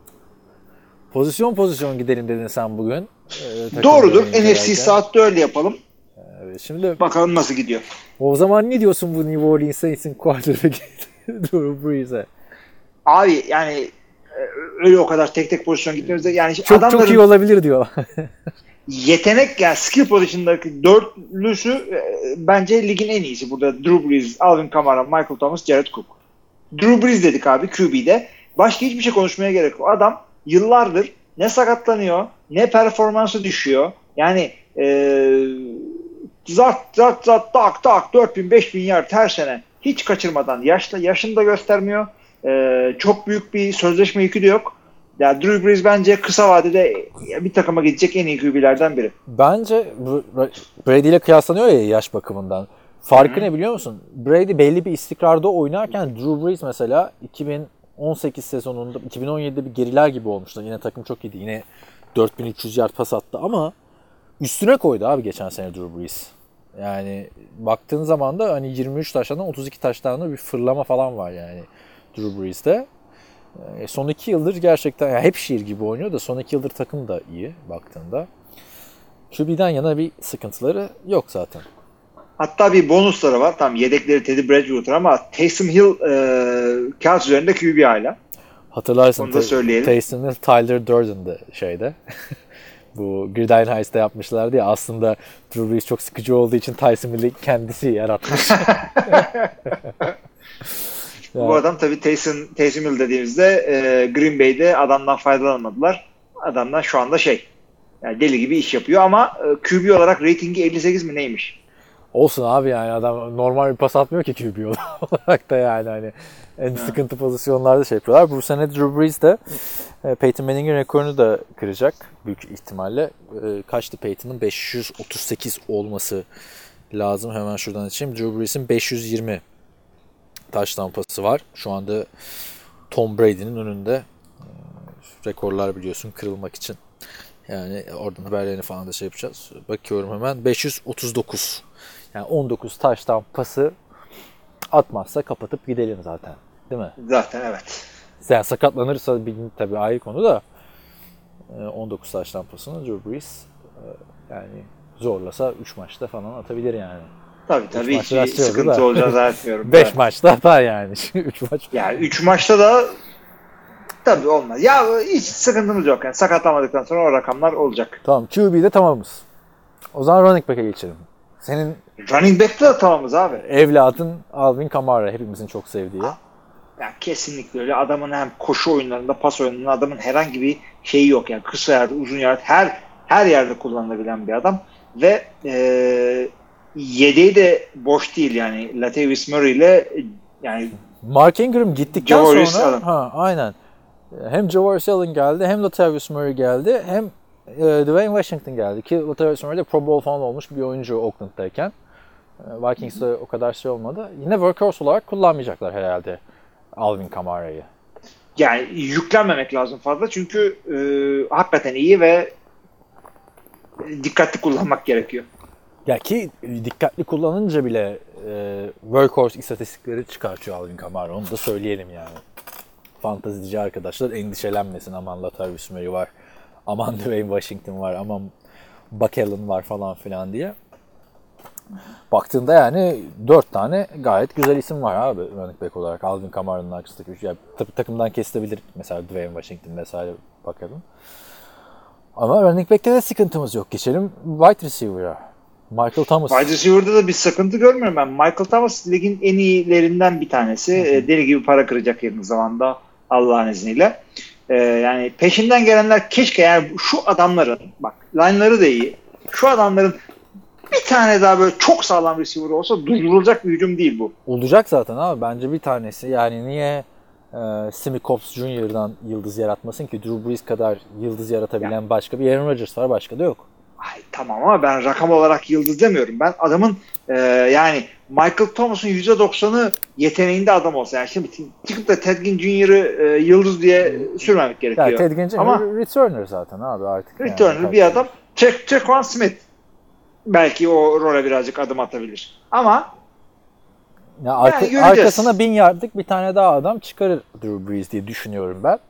Pozisyon gidelim dedin sen bugün. Doğrudur. NFC South'ta öyle yapalım. Evet, şimdi bakalım nasıl gidiyor. O zaman ne diyorsun bu New Orleans Saints'in quarterback'i Drew Brees'e? Abi yani öyle o kadar tek pozisyon gitmiyoruz da yani çok iyi olabilir diyor. Yetenek yani skill pozisyondaki dörtlüsü bence ligin en iyisi burada. Drew Brees, Alvin Kamara, Michael Thomas, Jared Cook. Drew Brees dedik abi QB'de. Başka hiçbir şey konuşmaya gerek yok. Adam yıllardır ne sakatlanıyor ne performansı düşüyor. Yani zat tak 4000-5000 yard her sene hiç kaçırmadan yaşını da göstermiyor. Çok büyük bir sözleşme yükü de yok. Ya Drew Brees bence kısa vadede bir takıma gidecek en iyi QB'lerden biri. Bence Brady ile kıyaslanıyor ya yaş bakımından. Farkı ne biliyor musun? Brady belli bir istikrarda oynarken Drew Brees mesela 2018 sezonunda 2017'de bir geriler gibi olmuştu. Yine takım çok iyiydi. Yine 4300 yard pas attı ama üstüne koydu abi geçen sene Drew Brees. Yani baktığın zaman da hani 23 taştan 32 taştan bir fırlama falan var yani Drew Brees'te. Son 2 yıldır gerçekten yani hep şiir gibi oynuyor da son 2 yıldır takım da iyi baktığında. QB'den yana bir sıkıntıları yok zaten. Hatta bir bonusları var. Tam yedekleri Teddy Bridgewater ama Taysom Hill kağıt üzerinde QB hala. Hatırlarsın onu da söyleyelim. Taysom Hill Tyler Durden'dı şeyde. Bu Gridiron Heist'te yapmışlardı ya aslında Drew Brees çok sıkıcı olduğu için Taysom Hill'i kendisi yaratmış. Yani. Bu adam tabii Taysom Hill dediğimizde Green Bay'de adamdan faydalanmadılar. Adamdan şu anda yani deli gibi iş yapıyor ama QB olarak ratingi 58 mi neymiş? Olsun abi yani adam normal bir pas atmıyor ki QB olarak da yani hani en sıkıntı pozisyonlarda şey yapıyorlar. Bu sene Drew Brees de Peyton Manning'in rekorunu da kıracak büyük ihtimalle. Kaçtı Peyton'ın? 538 olması lazım. Hemen şuradan açayım. Drew Brees'in 520 taş tampası var. Şu anda Tom Brady'nin önünde. Rekorlar biliyorsun kırılmak için. Yani oradan haberlerini falan da şey yapacağız. Bakıyorum hemen. 539. Yani 19 taş tampası atmazsa kapatıp gidelim zaten. Değil mi? Zaten evet. Yani sakatlanırsa tabii ayrı konu da 19 taş tampasını Drew Brees yani zorlasa 3 maçta falan atabilir yani. Tabii hiç sıkıntı olacağını zannetmiyorum. 5 maçta atar yani. 3 maç. Yani 3 maçta da tabii olmaz. Ya hiç sıkıntımız yok. Yani sakatlanmadıktan sonra o rakamlar olacak. Tamam. QB'de tamamız. O zaman running back'e geçelim. Senin running back'te de tamamız abi. Evladın Alvin Kamara hepimizin çok sevdiği. Yani kesinlikle öyle. Adamın hem koşu oyunlarında, pas oyunlarında adamın herhangi bir şeyi yok. Yani kısa yerde, uzun yerde her yerde kullanılabilen bir adam. ve yedeği de boş değil yani Latavius Murray ile yani Mark Ingram gittikten Javarius sonra Allen. aynen. Hem Javarius Allen geldi, hem Latavius Murray geldi, hem Dwayne Washington geldi ki Latavius Murray de Pro Bowl falan olmuş bir oyuncu Oakland'dayken. Vikings'te o kadar şey olmadı. Yine workhorse olarak kullanmayacaklar herhalde Alvin Kamara'yı. Yani yüklenmemek lazım fazla çünkü hakikaten iyi ve dikkatli kullanmak gerekiyor. Ya ki dikkatli kullanınca bile workhorse istatistikleri çıkartıyor Alvin Kamara. Onu da söyleyelim yani. Fantazici arkadaşlar endişelenmesin. Aman Latavius Murray var. Aman Dwayne Washington var. Aman Buck Allen var falan filan diye. Baktığında yani 4 tane gayet güzel isim var abi running back olarak. Alvin Kamara'nın arkasındaki. Yani tabii takımdan kesilebilir. Mesela Dwayne Washington vesaire bakalım. Ama running back'te de sıkıntımız yok. Geçelim wide receiver'a. Michael Thomas. Wide receiver'da da bir sıkıntı görmüyorum ben. Michael Thomas ligin en iyilerinden bir tanesi. Deli gibi para kıracak yakın zamanda Allah'ın izniyle. Yani peşinden gelenler keşke yani şu adamların bak line'ları da iyi. Şu adamların bir tane daha böyle çok sağlam receiver olsa durdurulacak bir hücum değil bu. Olacak zaten abi. Bence bir tanesi. Yani niye Simi Cobbs Jr.'dan yıldız yaratmasın ki? Drew Brees kadar yıldız yaratabilen başka bir Aaron Rodgers var. Başka da yok. Ay, tamam ama ben rakam olarak yıldız demiyorum. Ben adamın yani Michael Thomas'ın %90'ı yeteneğinde adam olsa. Yani şimdi çıkıp da Ted Ginn Jr.'ı yıldız diye sürmemek gerekiyor. Ya Ted Ginn Jr. Ama returner zaten abi artık. Returner yani, bir adam. Tre'Quan Smith belki o role birazcık adım atabilir. Ama ya arkasına 1000 yardlık bir tane daha adam çıkarır Drew Brees diye düşünüyorum ben.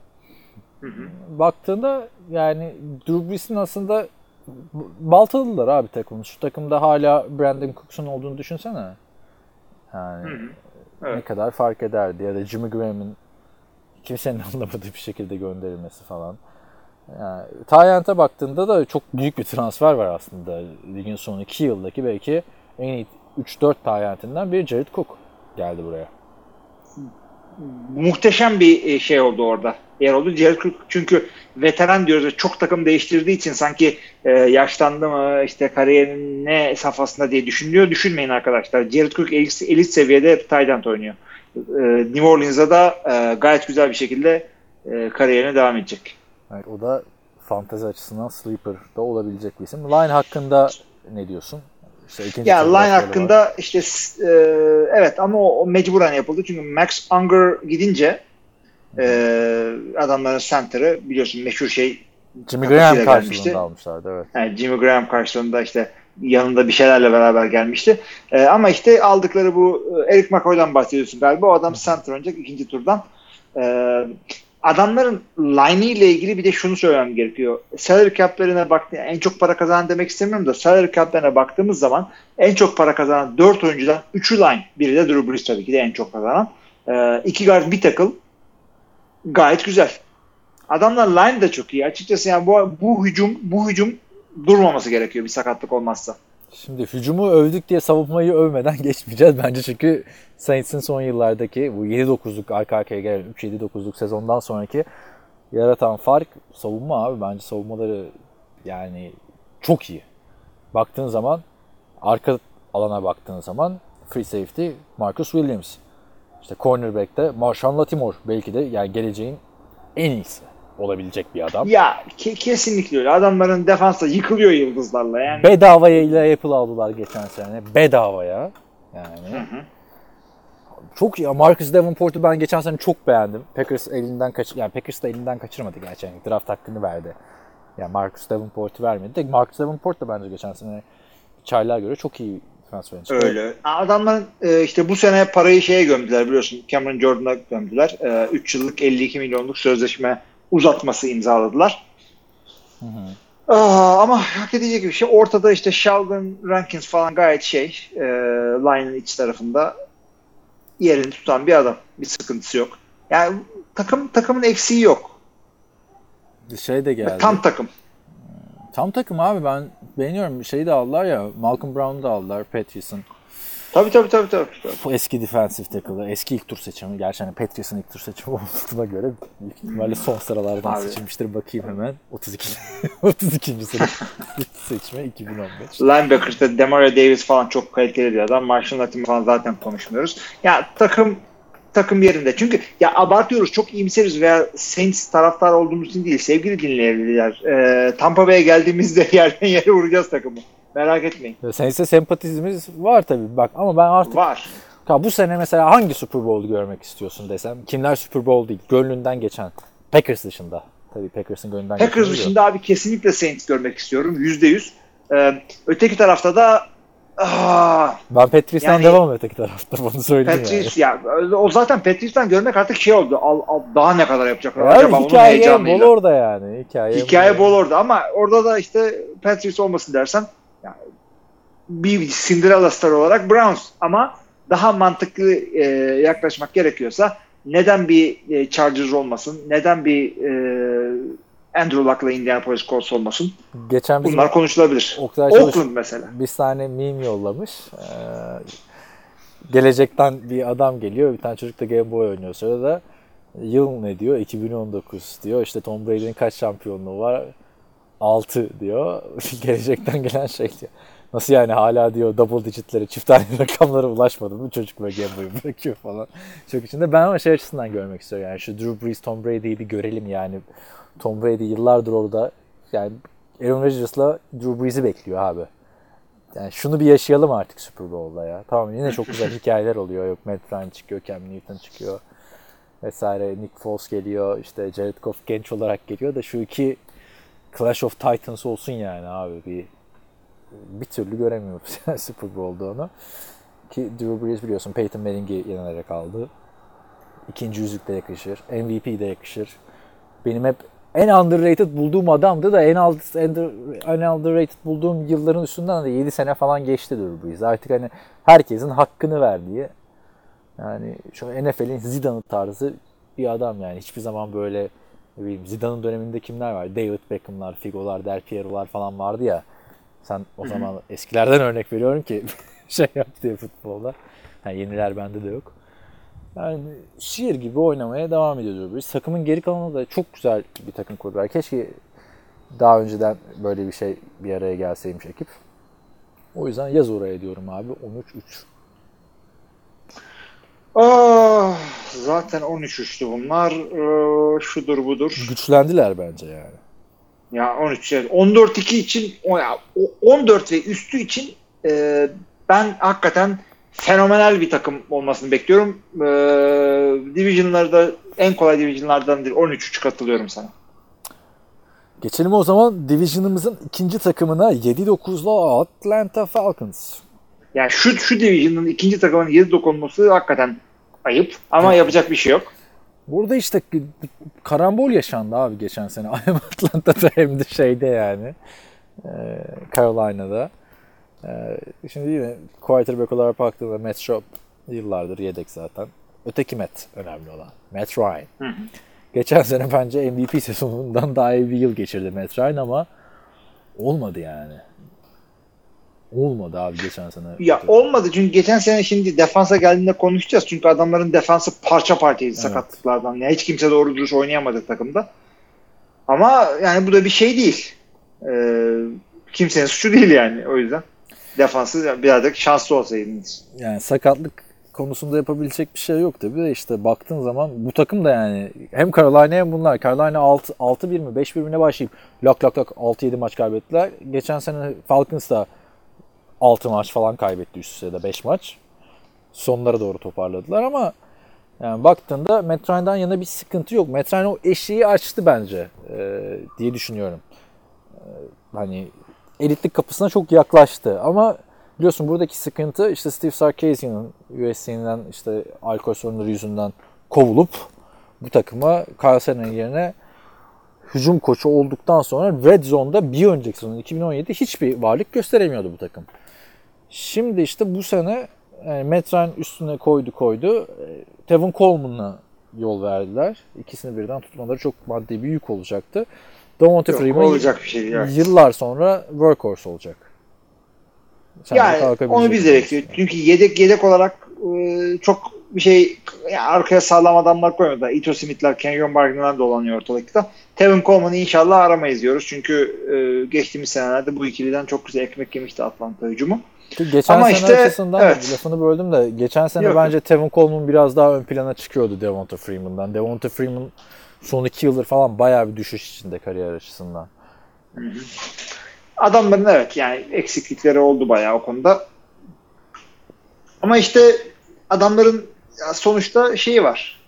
Baktığında yani Drew Brees'in aslında baltalılar abi takımın. Şu takımda hala Brandon Cooks'un olduğunu düşünsene. Yani evet. Ne kadar fark ederdi. Ya da Jimmy Graham'in kimsenin anlamadığı bir şekilde gönderilmesi falan. Yani, Tyent'e baktığında da çok büyük bir transfer var aslında. Ligin son 2 yıldaki belki en iyi 3-4 Tyent'inden biri Jared Cook geldi buraya. Muhteşem bir şey oldu orada. Yer oldu. Jared Cook çünkü veteran diyoruz. Çok takım değiştirdiği için sanki yaşlandı mı işte kariyerinin ne safhasında diye düşünüyor. Düşünmeyin arkadaşlar. Jared Cook elit seviyede tight end oynuyor. New Orleans'da da gayet güzel bir şekilde kariyerine devam edecek. Evet, o da fantezi açısından sleeper da olabilecek bir isim. Line hakkında ne diyorsun? İşte ya line hakkında var. İşte evet ama o mecburen yapıldı. Çünkü Max Unger gidince adamların center'ı biliyorsun meşhur şey Jimmy Graham karşılığında almışlardı. Evet. Yani Jimmy Graham karşılığında işte yanında bir şeylerle beraber gelmişti. Ama işte aldıkları bu Eric McCoy'dan bahsediyorsun galiba. O adam center oynayacak ikinci turdan. Adamların line'ı ile ilgili bir de şunu söylemem gerekiyor. Salary cap'lerine en çok para kazanan demek istemiyorum da salary cap'lerine baktığımız zaman en çok para kazanan 4 oyuncudan 3'ü line. Biri de Drew Brees tabii ki de en çok kazanan. 2 guard bir tackle gayet güzel. Adamlar line de çok iyi. Açıkçası yani bu hücum durmaması gerekiyor bir sakatlık olmazsa. Şimdi hücumu övdük diye savunmayı övmeden geçmeyeceğiz bence çünkü Saints'in son yıllardaki bu 7-9'luk arka arkaya gelen 3-7-9'luk sezondan sonraki yaratan fark savunma abi. Bence savunmaları yani çok iyi. Baktığın zaman arka alana baktığın zaman free safety Marcus Williams. İşte cornerback'te Marshawn Lattimore belki de yani geleceğin en iyisi olabilecek bir adam. Ya kesinlikle öyle. Adamların defansta yıkılıyor yıldızlarla yani. Bedavaya ile Apple aldılar geçen sene. Bedavaya. Yani. Çok iyi. Marcus Davenport'u ben geçen sene çok beğendim. Packers da elinden kaçırmadı gerçekten. Draft hakkını verdi. Yani Marcus Davenport'u vermedi. Marcus Davenport da bence geçen sene çaylar göre çok iyi transfer. Öyle. Adamların işte bu sene parayı şeye gömdüler biliyorsun. Cameron Jordan'a gömdüler. 3 yıllık 52 milyonluk sözleşme uzatması imzaladılar. Ama hak edecek bir şey. Ortada işte Sheldon Rankins falan gayet line'ın iç tarafında yerini tutan bir adam. Bir sıkıntısı yok. Yani takımın eksiği yok. Şey de geldi. Tam takım. Tam takım abi ben beğeniyorum. Şeyi de aldılar ya Malcolm Brown'u da aldılar. Patrice'ın. Tabii. Bu eski defensive tackle'ı, eski ilk tur seçimi. Gerçi hani Patriots'ın ilk tur seçimi olduğuna göre büyük ihtimalle son sıralardan Abi. seçilmiştir. Bakayım hemen. 32. sıra seçme 2015. Linebacker'da Demario Davis falan çok kaliteli bir adam. Marshall Latimore falan zaten konuşmuyoruz. Ya takım yerinde. Çünkü ya abartıyoruz, çok iyimseriz veya Saints taraftar olduğumuz için değil. Sevgili dinleyiciler, Tampa Bay'e geldiğimizde yerden yere vuracağız takımı. Merak etmeyin. Saints'e sempatizmimiz var tabii. Bak ama ben artık Var. bu sene mesela hangi Super Bowl'u görmek istiyorsun desem. Kimler Super Bowl değil. Gönlünden geçen. Packers dışında. Tabii Packers'ın gönlünden geçen. Packers dışında abi kesinlikle Saints görmek istiyorum. %100. Öteki tarafta da ben Patriots'tan yani, devam öteki tarafta. Bunu söyleyeyim Patriots yani. Ya o zaten Patriots'tan görmek artık şey oldu. Daha ne kadar yapacaklar Yani acaba onun heyecanıyla. bol orada yani. Hikaye bol orada ama orada da işte Patriots olmasın dersen yani bir Cinderella Star olarak Browns, ama daha mantıklı yaklaşmak gerekiyorsa neden bir Chargers olmasın? Neden bir Andrew Luck'la Indianapolis Colts olmasın? Geçen bunlar konuşulabilir. Oakland mesela. Bir tane meme yollamış. Gelecekten bir adam geliyor. Bir tane çocuk da Game Boy oynuyor. Sonra da yıl ne diyor? 2019 diyor. İşte Tom Brady'nin kaç şampiyonluğu var? 6 diyor. Gelecekten gelen şey diyor. Nasıl yani hala diyor double digitlere, çift tane rakamlara ulaşmadı mı? Çocuk böyle Game Boy'u bırakıyor falan. Çok içinde. Ben ama şey açısından görmek istiyorum. Yani şu Drew Brees, Tom Brady'yi bir görelim yani. Tom Brady yıllardır orada. Yani Aaron Rodgers'la Drew Brees'i bekliyor abi. Yani şunu bir yaşayalım artık Super Bowl'da ya. Tamam, yine çok güzel hikayeler oluyor. Yok Matt Ryan çıkıyor, Cam Newton çıkıyor vesaire. Nick Foles geliyor. İşte Jared Goff genç olarak geliyor da şu iki Clash of Titans olsun yani abi. Bir türlü göremiyoruz yani Super Bowl'da onu. Ki Drew Brees biliyorsun Peyton Manning'i yenerek aldı. İkinci yüzük de yakışır. MVP de yakışır. Benim hep en underrated bulduğum adamdı da en underrated bulduğum yılların üstünden de 7 sene falan geçti Drew Brees. Artık hani herkesin hakkını verdiği, yani şu NFL'in Zidane'ı tarzı bir adam yani. Hiçbir zaman böyle, ne bileyim, Zidane'ın döneminde kimler var? David Beckham'lar, Figo'lar, Del Piero'lar falan vardı ya. Sen o zaman eskilerden örnek veriyorum ki şey yaptı ya futbolda. Yani yeniler bende de yok. Yani şiir gibi oynamaya devam ediyor biz. Takımın geri kalanı da çok güzel bir takım kurdular. Keşke daha önceden böyle bir şey bir araya gelseymiş ekip. O yüzden yaz oraya diyorum abi. 13-3. Zaten 13-3'tü bunlar. Şudur budur. Güçlendiler bence yani. Ya 13 evet. 14-2 için 14 ve üstü için ben hakikaten fenomenal bir takım olmasını bekliyorum. Division'larda en kolay division'lardandır. 13-3 katılıyorum sana. Geçelim o zaman Division'ımızın ikinci takımına, 7-9'la Atlanta Falcons. Yani şu Division'ın ikinci takımının 7-9 olması hakikaten ayıp ama yapacak bir şey yok. Burada işte karambol yaşandı abi geçen sene. Hem Atlanta'da hem de şeyde yani. Carolina'da. Şimdi yine quarterback olarak baktığımda Matt Schaub yıllardır yedek zaten. Öteki Matt önemli olan. Matt Ryan. Hı. Geçen sene bence MVP sezonundan daha iyi bir yıl geçirdi Matt Ryan ama olmadı yani. Olmadı abi geçen sene. Ya olmadı çünkü geçen sene şimdi defansa geldiğinde konuşacağız. Çünkü adamların defansı parça parçaydı sakatlıklardan. Yani hiç kimse doğru dürüst oynayamadı takımda. Ama yani bu da bir şey değil. Kimsenin suçu değil yani o yüzden. Defansı birazcık şanslı olsaydınız. Yani sakatlık konusunda yapabilecek bir şey yok tabii de işte baktığın zaman bu takım da yani hem Carolina hem bunlar. Carolina 6-1 mi 5-1 mi ne başlayıp lak 6-7 maç kaybettiler. Geçen sene Falcons da 6 maç falan kaybetti üst üste de 5 maç. Sonlara doğru toparladılar ama yani baktığında Matt Ryan'dan yana bir sıkıntı yok. Matt Ryan o eşiği açtı bence diye düşünüyorum. Hani elitlik kapısına çok yaklaştı ama biliyorsun buradaki sıkıntı işte Steve Sarkisian'ın USC'den işte alkol sorunları yüzünden kovulup bu takıma Kyle Shanahan yerine hücum koçu olduktan sonra Red Zone'da bir önceki sezon 2017'de hiçbir varlık gösteremiyordu bu takım. Şimdi işte bu sene yani Matt Ryan üstüne koydu. Tevin Coleman'la yol verdiler. İkisini birden tutmaları çok maddi bir yük olacaktı. Devonta Freeman olacak bir şey değil. Yıllar sonra workhorse olacak. Yani onu biz de bekliyoruz. Çünkü yedek olarak çok bir şey yani arkaya sağlam adamlar koymadılar. Ito Smith'ler, Kenyon Bargain'ler dolanıyor ortalıkta. Tevin Coleman'ı inşallah aramayız diyoruz. Çünkü geçtiğimiz senelerde bu ikiliden çok güzel ekmek yemişti Atlanta hücumu. Geçen ama sene işte, açısından evet. lafını böldüm de geçen sene Yok. bence Tevin Coleman biraz daha ön plana çıkıyordu Devonta Freeman'dan. Devonta Freeman son 2 yıldır falan bayağı bir düşüş içinde kariyer açısından. Adamların evet yani eksiklikleri oldu bayağı o konuda. Ama işte adamların sonuçta şeyi var.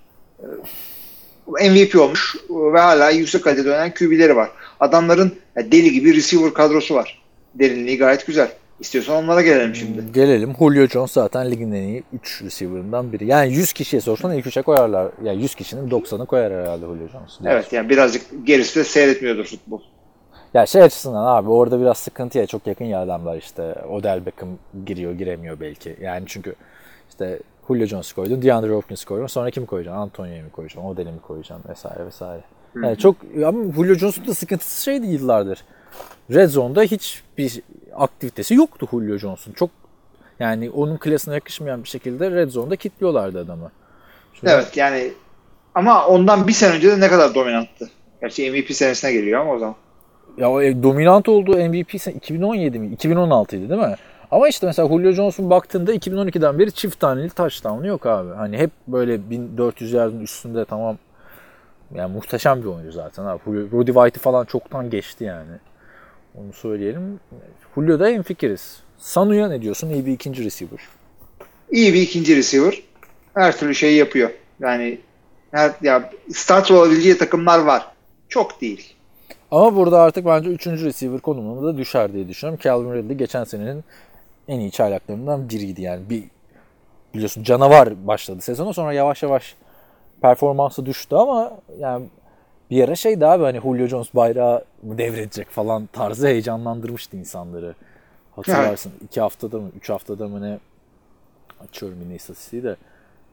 MVP olmuş ve hala yüksek kalitede oynayan QB'leri var. Adamların deli gibi receiver kadrosu var. Derinliği gayet güzel. İstiyorsan onlara gelelim şimdi. Gelelim. Julio Jones zaten ligin en iyi 3 receiver'ından biri. Yani 100 kişiye sorsan ilk 3'e koyarlar. Yani 100 kişinin 90'ı koyar herhalde Julio Jones. Evet yani birazcık gerisi de seyretmiyordur futbol. Ya şey açısından abi orada biraz sıkıntıya çok yakın ya adamlar işte. Odell Beckham giriyor giremiyor belki. Yani çünkü işte Julio Jones'u koydun, DeAndre Hopkins'i koydun. Sonra kimi koyacaksın? Antonio'yu mu koyacaksın? Odell'i mi koyacaksın? Vesaire vesaire. Yani çok ama Julio Jones'un da sıkıntısı şeydi yıllardır. Red Zone'da hiçbir aktivitesi yoktu Julio Jones'un. Çok yani onun klasına yakışmayan bir şekilde Red Zone'da kilitliyorlardı adamı. Şimdi evet yani ama ondan bir sene önce de ne kadar dominanttı. Gerçi MVP senesine geliyor ama o zaman. ya o dominant olduğu MVP 2017 mi? 2016'ydı değil mi? Ama işte mesela Julio Jones'un baktığında 2012'den beri çift taneli touchdown'u yok abi. Hani hep böyle 1400 yardın üstünde tamam. Yani muhteşem bir oyuncu zaten abi. Rudy White'ı falan çoktan geçti yani. Onu söyleyelim. Julio'da hemfikiriz. Sanu'ya ne diyorsun? İyi bir ikinci receiver. İyi bir ikinci receiver. Her türlü şeyi yapıyor. Yani ya starter olabileceği takımlar var. Çok değil. Ama burada artık bence 3. receiver konumuna da düşer diye düşünüyorum. Calvin Ridley geçen senenin en iyi çaylaklarından biriydi yani. Biliyorsun canavar başladı sezona sonra yavaş yavaş performansı düştü ama yani bir ara şeydi abi hani Julio Jones bayrağı mı devredecek falan tarzı heyecanlandırmıştı insanları. Hatırlarsın 2 haftada mı 3 haftada mı ne açıyorum yine istatistiği de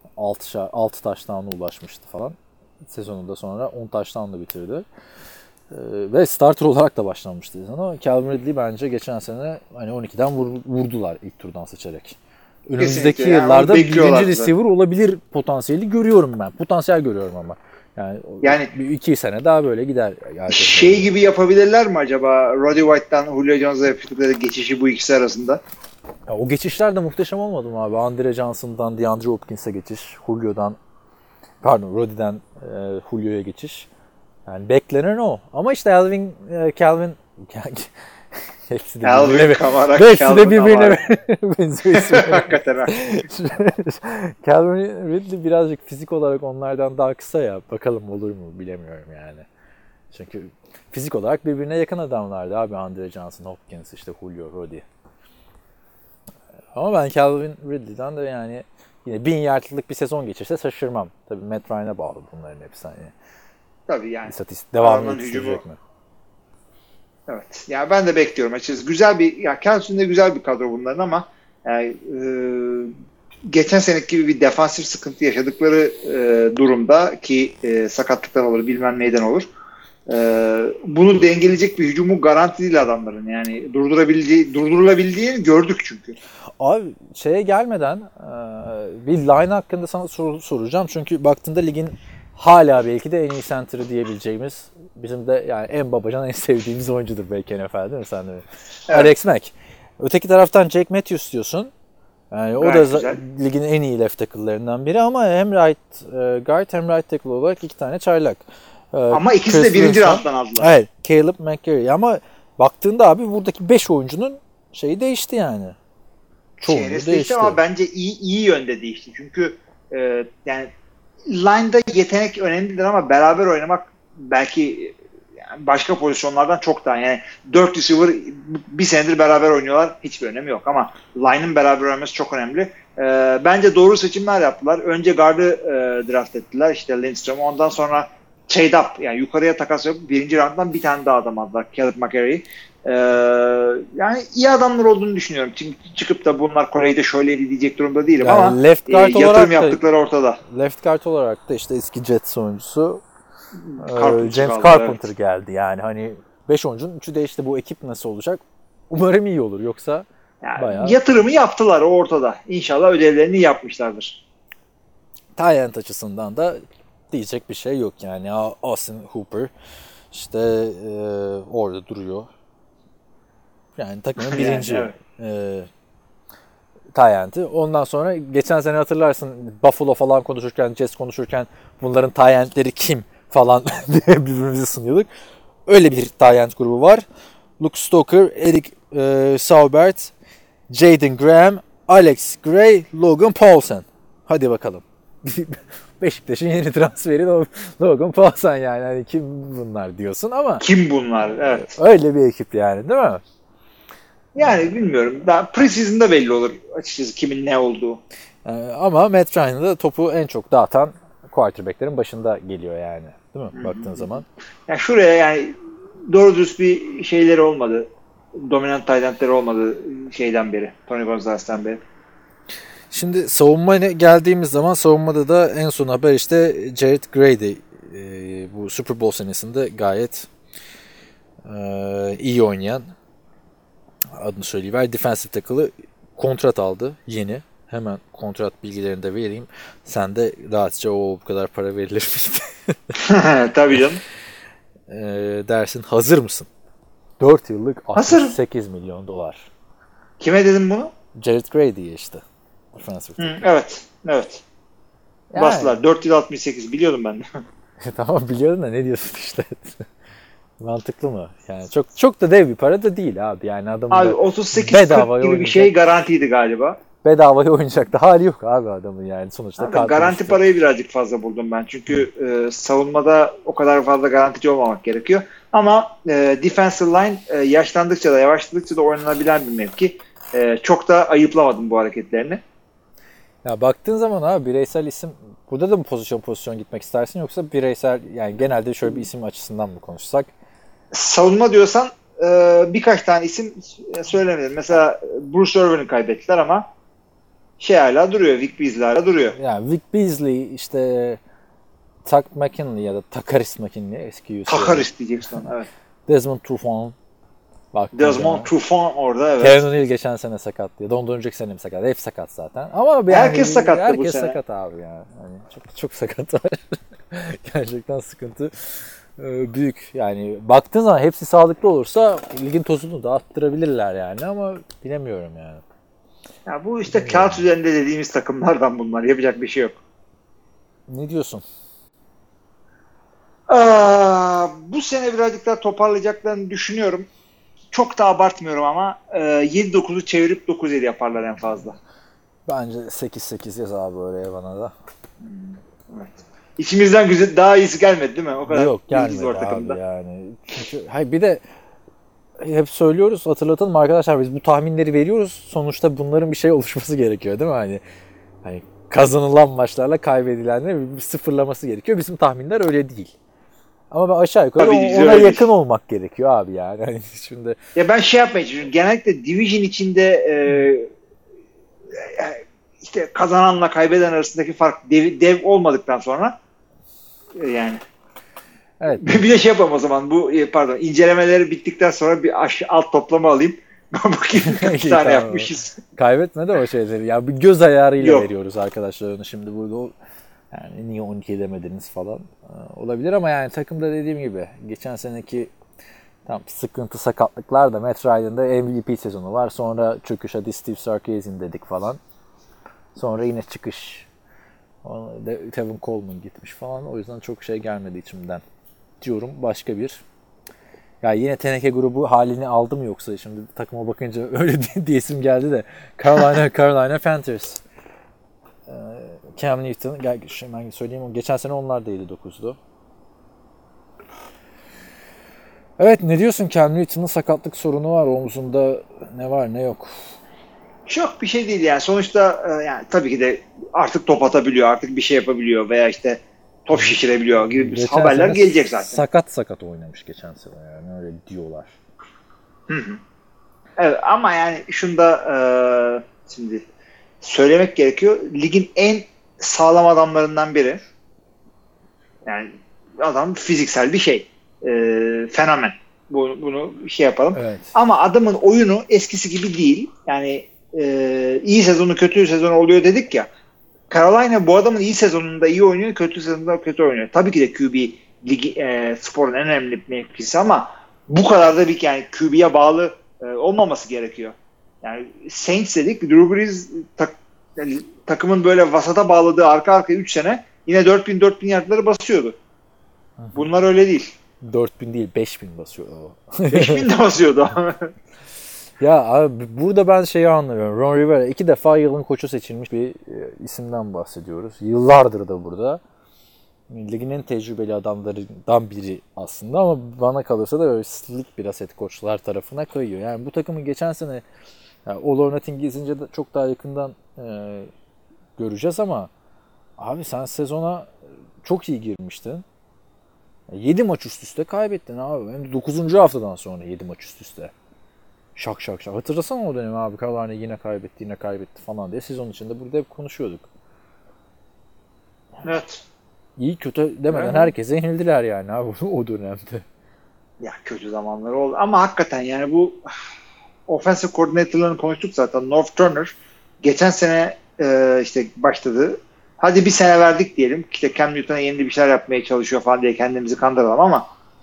6 touchdown'a ulaşmıştı falan. Sezonunda sonra 10 touchdown'la bitirdi. Ve starter olarak da başlanmıştı sezona. Calvin Ridley bence geçen sene hani 12'den vurdular ilk turdan seçerek. Önümüzdeki kesinlikle. yıllarda Yani birinci receiver olabilir potansiyeli görüyorum ben. Potansiyel görüyorum ama. Yani 2 sene daha böyle gider. Şey gibi yapabilirler mi acaba? Roddy White'dan Julio Jones'a yaptıkları geçişi bu ikisi arasında. Ya, o geçişler de muhteşem olmadı mı abi? Andre Johnson'dan DeAndre Hopkins'e geçiş. Roddy'den Julio'ya geçiş. Yani beklenen o. Ama işte Calvin hepsi de birbirine benziyor. Hakikaten. Calvin Ridley birazcık fizik olarak onlardan daha kısa ya. Bakalım olur mu bilemiyorum yani. Çünkü fizik olarak birbirine yakın adamlardı abi. Andre Johnson, Hopkins, işte Julio, Roddy. Ama ben Calvin Ridley'den de yani yine 1000 yardlık bir sezon geçirse şaşırmam. Tabii Matt Ryan'a bağlı bunların hepsi. Hani. Tabii yani. Devamlı yetiştirecek mi? Evet. Ya ben de bekliyorum açıkçası. Güzel bir kendisinde güzel bir kadro bunların ama yani, geçen seneki gibi bir defansif sıkıntı yaşadıkları durumda ki sakatlıklar olur bilmem neyden olur. Bunu dengeleyecek bir hücumu garanti değil adamların. Yani durdurulabildiğini gördük çünkü. Abi şeye gelmeden bir line hakkında sana soracağım. Çünkü baktığında ligin hala belki de en iyi center'ı diyebileceğimiz bizim de yani en babacan en sevdiğimiz oyuncudur belki NFL'de değil mi sen de? Evet. Alex Mack. Öteki taraftan Jake Matthews diyorsun. Yani o da ligin en iyi left tackle'larından biri ama hem right guard hem right tackle olarak 2 tane çaylak. Ama ikisi de birinci round'dan aldılar. Evet. Caleb McCary. Ama baktığında abi buradaki 5 oyuncunun şeyi değişti yani. Çoğunluğu değişti. Ama bence iyi yönde değişti. Çünkü yani line'da yetenek önemlidir ama beraber oynamak belki başka pozisyonlardan çok daha. Yani 4 receiver bir senedir beraber oynuyorlar. Hiçbir önemi yok ama line'ın beraber oynaması çok önemli. Bence doğru seçimler yaptılar. Önce guard'ı draft ettiler. İşte Lindstrom. Ondan sonra trade up. Yani yukarıya takas yapıp birinci round'dan bir tane daha adam aldılar. Caleb McCary. Yani iyi adamlar olduğunu düşünüyorum. Çıkıp da bunlar Kore'de şöyleydi diyecek durumda değilim yani ama yatırım yaptıkları ortada. Left guard olarak da işte eski Jets oyuncusu James Carpenter geldi. Yani hani 5 oyuncunun 3'ü değişti. Bu ekip nasıl olacak? Umarım iyi olur. Yoksa Yani Bayağı. yatırımı yaptılar ortada. İnşallah ödevlerini yapmışlardır. Tight açısından da diyecek bir şey yok yani. Austin Hooper işte orada duruyor. Yani takımın birinci evet. Tyent'i. Ondan sonra geçen sene hatırlarsın Buffalo falan konuşurken, Jets konuşurken bunların Tyent'leri kim falan diye birbirimizi sınıyorduk. Öyle bir Tyent grubu var. Luke Stoker, Eric Saubert, Jaden Graham, Alex Gray, Logan Paulsen. Hadi bakalım. Beşiktaş'ın yeni transferi Logan Paulsen yani. Hani kim bunlar diyorsun ama. Kim bunlar? Evet. Öyle bir ekip yani değil mi? Yani bilmiyorum. Daha preseason'da belli olur açıkçası kimin ne olduğu. Ama Matt Ryan da topu en çok dağıtan quarterback'lerin başında geliyor yani. Değil mi? Baktığın zaman. Yani şuraya yani doğru düz bir şeyleri olmadı. Dominant tight endleri olmadı şeyden beri. Tony Gonzalez'ten beri. Şimdi savunmaya geldiğimiz zaman savunmada da en son haber işte Jared Grady bu Super Bowl senesinde gayet iyi oynayan, adını söyleyiver, defensive tackle'ı kontrat aldı yeni. Hemen kontrat bilgilerini de vereyim. Sen de rahatça bu kadar para verilir miydi? Tabii canım. Dersin hazır mısın? 4 yıllık Hazır. 68 milyon dolar. Kime dedim bunu? Jared Grady'ye işte. Defensive evet. Yani. Bastılar. 4 yıl 68 biliyordum ben de. Tamam biliyorum da ne diyorsun işte. Mantıklı mı? Yani çok da dev bir para da değil abi. Yani adamın abi 38-40 gibi bir şey garantiydi galiba. Bedavaya oynayacak da hali yok abi adamın yani sonuçta. Garanti parayı birazcık fazla buldum ben. Çünkü savunmada o kadar fazla garantici olmamak gerekiyor. Ama defensive line yaşlandıkça da yavaşladıkça da oynanabilen bir mevki. Çok da ayıplamadım bu hareketlerini. Ya baktığın zaman abi bireysel isim burada da mı pozisyon gitmek istersin yoksa bireysel yani genelde şöyle bir isim açısından mı konuşsak? Savunma diyorsan birkaç tane isim söylemedim. Mesela Bruce Irvin'i kaybettiler ama hala duruyor. Vic Beasley hala duruyor. Yani Vic Beasley işte Tuck McKinley ya da Takaris McKinley eski UCLA. Takaris diyeceksin evet. Desmond Trufant. Desmond Trufant orada evet. Kevin O'Neal geçen sene sakat diye. Ondan önceki sene mi sakat? Hep sakat zaten. Ama yani, herkes sakattı herkes bu sene. Herkes sakat abi yani. Hani çok sakat var. Gerçekten sıkıntı büyük. Yani baktığın zaman hepsi sağlıklı olursa ligin tozunu da attırabilirler yani ama bilemiyorum yani. Ya bu işte kağıt üzerinde dediğimiz takımlardan bunlar. Yapacak bir şey yok. Ne diyorsun? Bu sene birazcık daha toparlayacaklarını düşünüyorum. Çok da abartmıyorum ama 7-9'u çevirip 9-7 yaparlar en fazla. Bence 8-8 yaz abi oraya bana da. Evet. İçimizden güzel daha iyisi gelmedi değil mi? O kadar yok gelmedi abi takımda. Yani. Çünkü, bir de hep söylüyoruz, hatırlatalım arkadaşlar, biz bu tahminleri veriyoruz. Sonuçta bunların bir şey oluşması gerekiyor değil mi? Hani kazanılan maçlarla kaybedilenler bir sıfırlaması gerekiyor. Bizim tahminler öyle değil. Ama ben aşağı yukarı ona yakın olmak gerekiyor abi yani. Hani şimdi ya ben yapmaya çalışıyorum. Genellikle division içinde işte kazananla kaybeden arasındaki fark dev olmadıktan sonra yani evet. Bir de yapalım o zaman. Bu incelemeleri bittikten sonra bir alt toplama alayım. Bakayım kaç tane tamam. Yapmışız. Kaybetme de o şeyleri. Ya bir göz ayarıyla veriyoruz arkadaşlar onu şimdi burada. Yani niye 12 demediniz falan olabilir ama yani takımda dediğim gibi geçen seneki tam sıkıntı sakatlıklar da Matt Ryan'da MVP sezonu var. Sonra çöküş, hadi Steve Sarkisian dedik falan. Sonra yine çıkış. Tevin Coleman gitmiş falan. O yüzden çok şey gelmedi içimden. Diyorum başka bir. Ya yine teneke grubu halini aldı mı yoksa şimdi takıma bakınca öyle diyesim geldi de. Carolina Panthers. Cam Newton, hemen söyleyeyim, geçen sene onlar da 7-9'du. Evet, ne diyorsun? Cam Newton'un sakatlık sorunu var. Omzunda ne var ne yok. Çok bir şey değil yani. Sonuçta yani tabii ki de artık top atabiliyor, artık bir şey yapabiliyor veya işte top şişirebiliyor gibi geçen haberler gelecek zaten. Sakat oynamış geçen sene yani öyle diyorlar. Hı. Evet ama yani şunda şimdi söylemek gerekiyor. Ligin en sağlam adamlarından biri. Yani adam fiziksel bir şey. Fenomen. Bunu şey yapalım. Evet. Ama adamın oyunu eskisi gibi değil. Yani iyi sezonu kötü sezonu oluyor dedik ya. Carolina bu adamın iyi sezonunda iyi oynuyor, kötü sezonunda kötü oynuyor. Tabii ki de QB ligi, sporun en önemli mevkisi ama bu kadar da bir yani QB'ye bağlı olmaması gerekiyor. Yani Saints dedik, Drew Brees takımın böyle vasata bağladığı arka arkaya 3 sene yine 4000 yardları basıyordu. Bunlar öyle değil. 4000 değil 5000 basıyor o. 5000 de basıyordu. Ya abi burada ben şeyi anlıyorum. Ron Rivera 2 defa yılın koçu seçilmiş bir isimden bahsediyoruz. Yıllardır da burada. Ligin en tecrübeli adamlarından biri aslında ama bana kalırsa da öyle slick biraz head koçlar tarafına kayıyor. Yani bu takımın geçen sene yani All or Nothing izince de çok daha yakından göreceğiz ama abi sen sezona çok iyi girmiştin. 7 maç üst üste kaybettin abi. Hem de 9. haftadan sonra 7 maç üst üste. Şak. Hatırlasana o dönemi abi. Carolina yine kaybetti falan diye. Sezon içinde burada hep konuşuyorduk. Evet. İyi kötü demeden herkese yenildiler yani abi o dönemde. Ya kötü zamanları oldu. Ama hakikaten yani bu offensive coordinator'larını konuştuk zaten. Norv Turner geçen sene işte başladı. Hadi bir sene verdik diyelim. İşte Cam Newton'a yeni bir şeyler yapmaya çalışıyor falan diye kendimizi kandıralım ama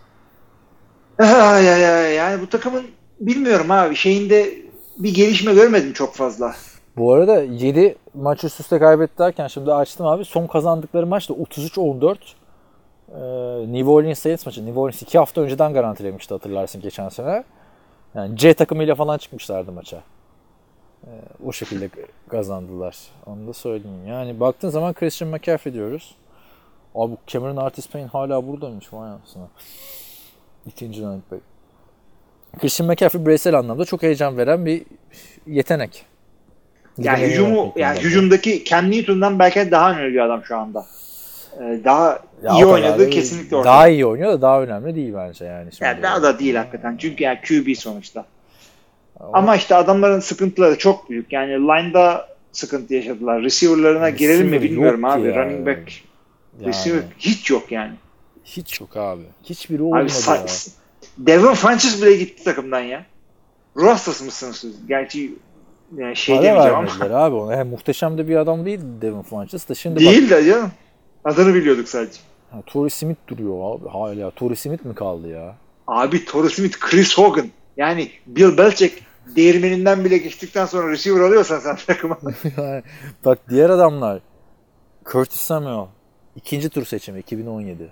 yani bu takımın bilmiyorum abi şeyinde bir gelişme görmedim çok fazla. Bu arada 7 maç üst üste kaybetti derken şimdi açtım abi. Son kazandıkları maç da 33-14. New Orleans Saints maçı. New Orleans 2 hafta önceden garantilemişti hatırlarsın geçen sene. Yani C takımıyla falan çıkmışlardı maça. O şekilde kazandılar. Onu da söyleyeyim. Yani baktığın zaman Christian McCaffrey diyoruz. Abi Cameron Artis-Payne hala buradaymış. Vay anasına. İkinci running back. Christian McCaffrey bireysel anlamda çok heyecan veren bir yetenek. Yani hücumdaki Cam Newton'dan belki daha önemli bir adam şu anda. Daha iyi oynadığı kesinlikle ortada. Daha iyi oynuyor da daha önemli değil bence yani. Yani daha da değil hakikaten. Çünkü yani QB sonuçta. Ama işte adamların sıkıntıları çok büyük. Yani line'da sıkıntı yaşadılar. Receiver'larına girelim mi bilmiyorum abi. Ya. Running back. Yani. Receiver hiç yok yani. Hiç yok abi. Hiçbiri olmadı ya. Devin Funchess bile gitti takımdan ya. Ruh hastası mısınız siz? Gerçi yani şey demeyeceğim ama. Abi ona. Muhteşem de bir adam değil Devin Funchess da. Şimdi değil de canım. Adını biliyorduk sadece. Torrey Smith duruyor abi. Hala Torrey Smith mi kaldı ya? Abi Torrey Smith, Chris Hogan. Yani Bill Belichick değirmeninden bile geçtikten sonra receiver alıyorsan sen takıma. Bak diğer adamlar. Curtis Samuel. 2. tur seçimi 2017.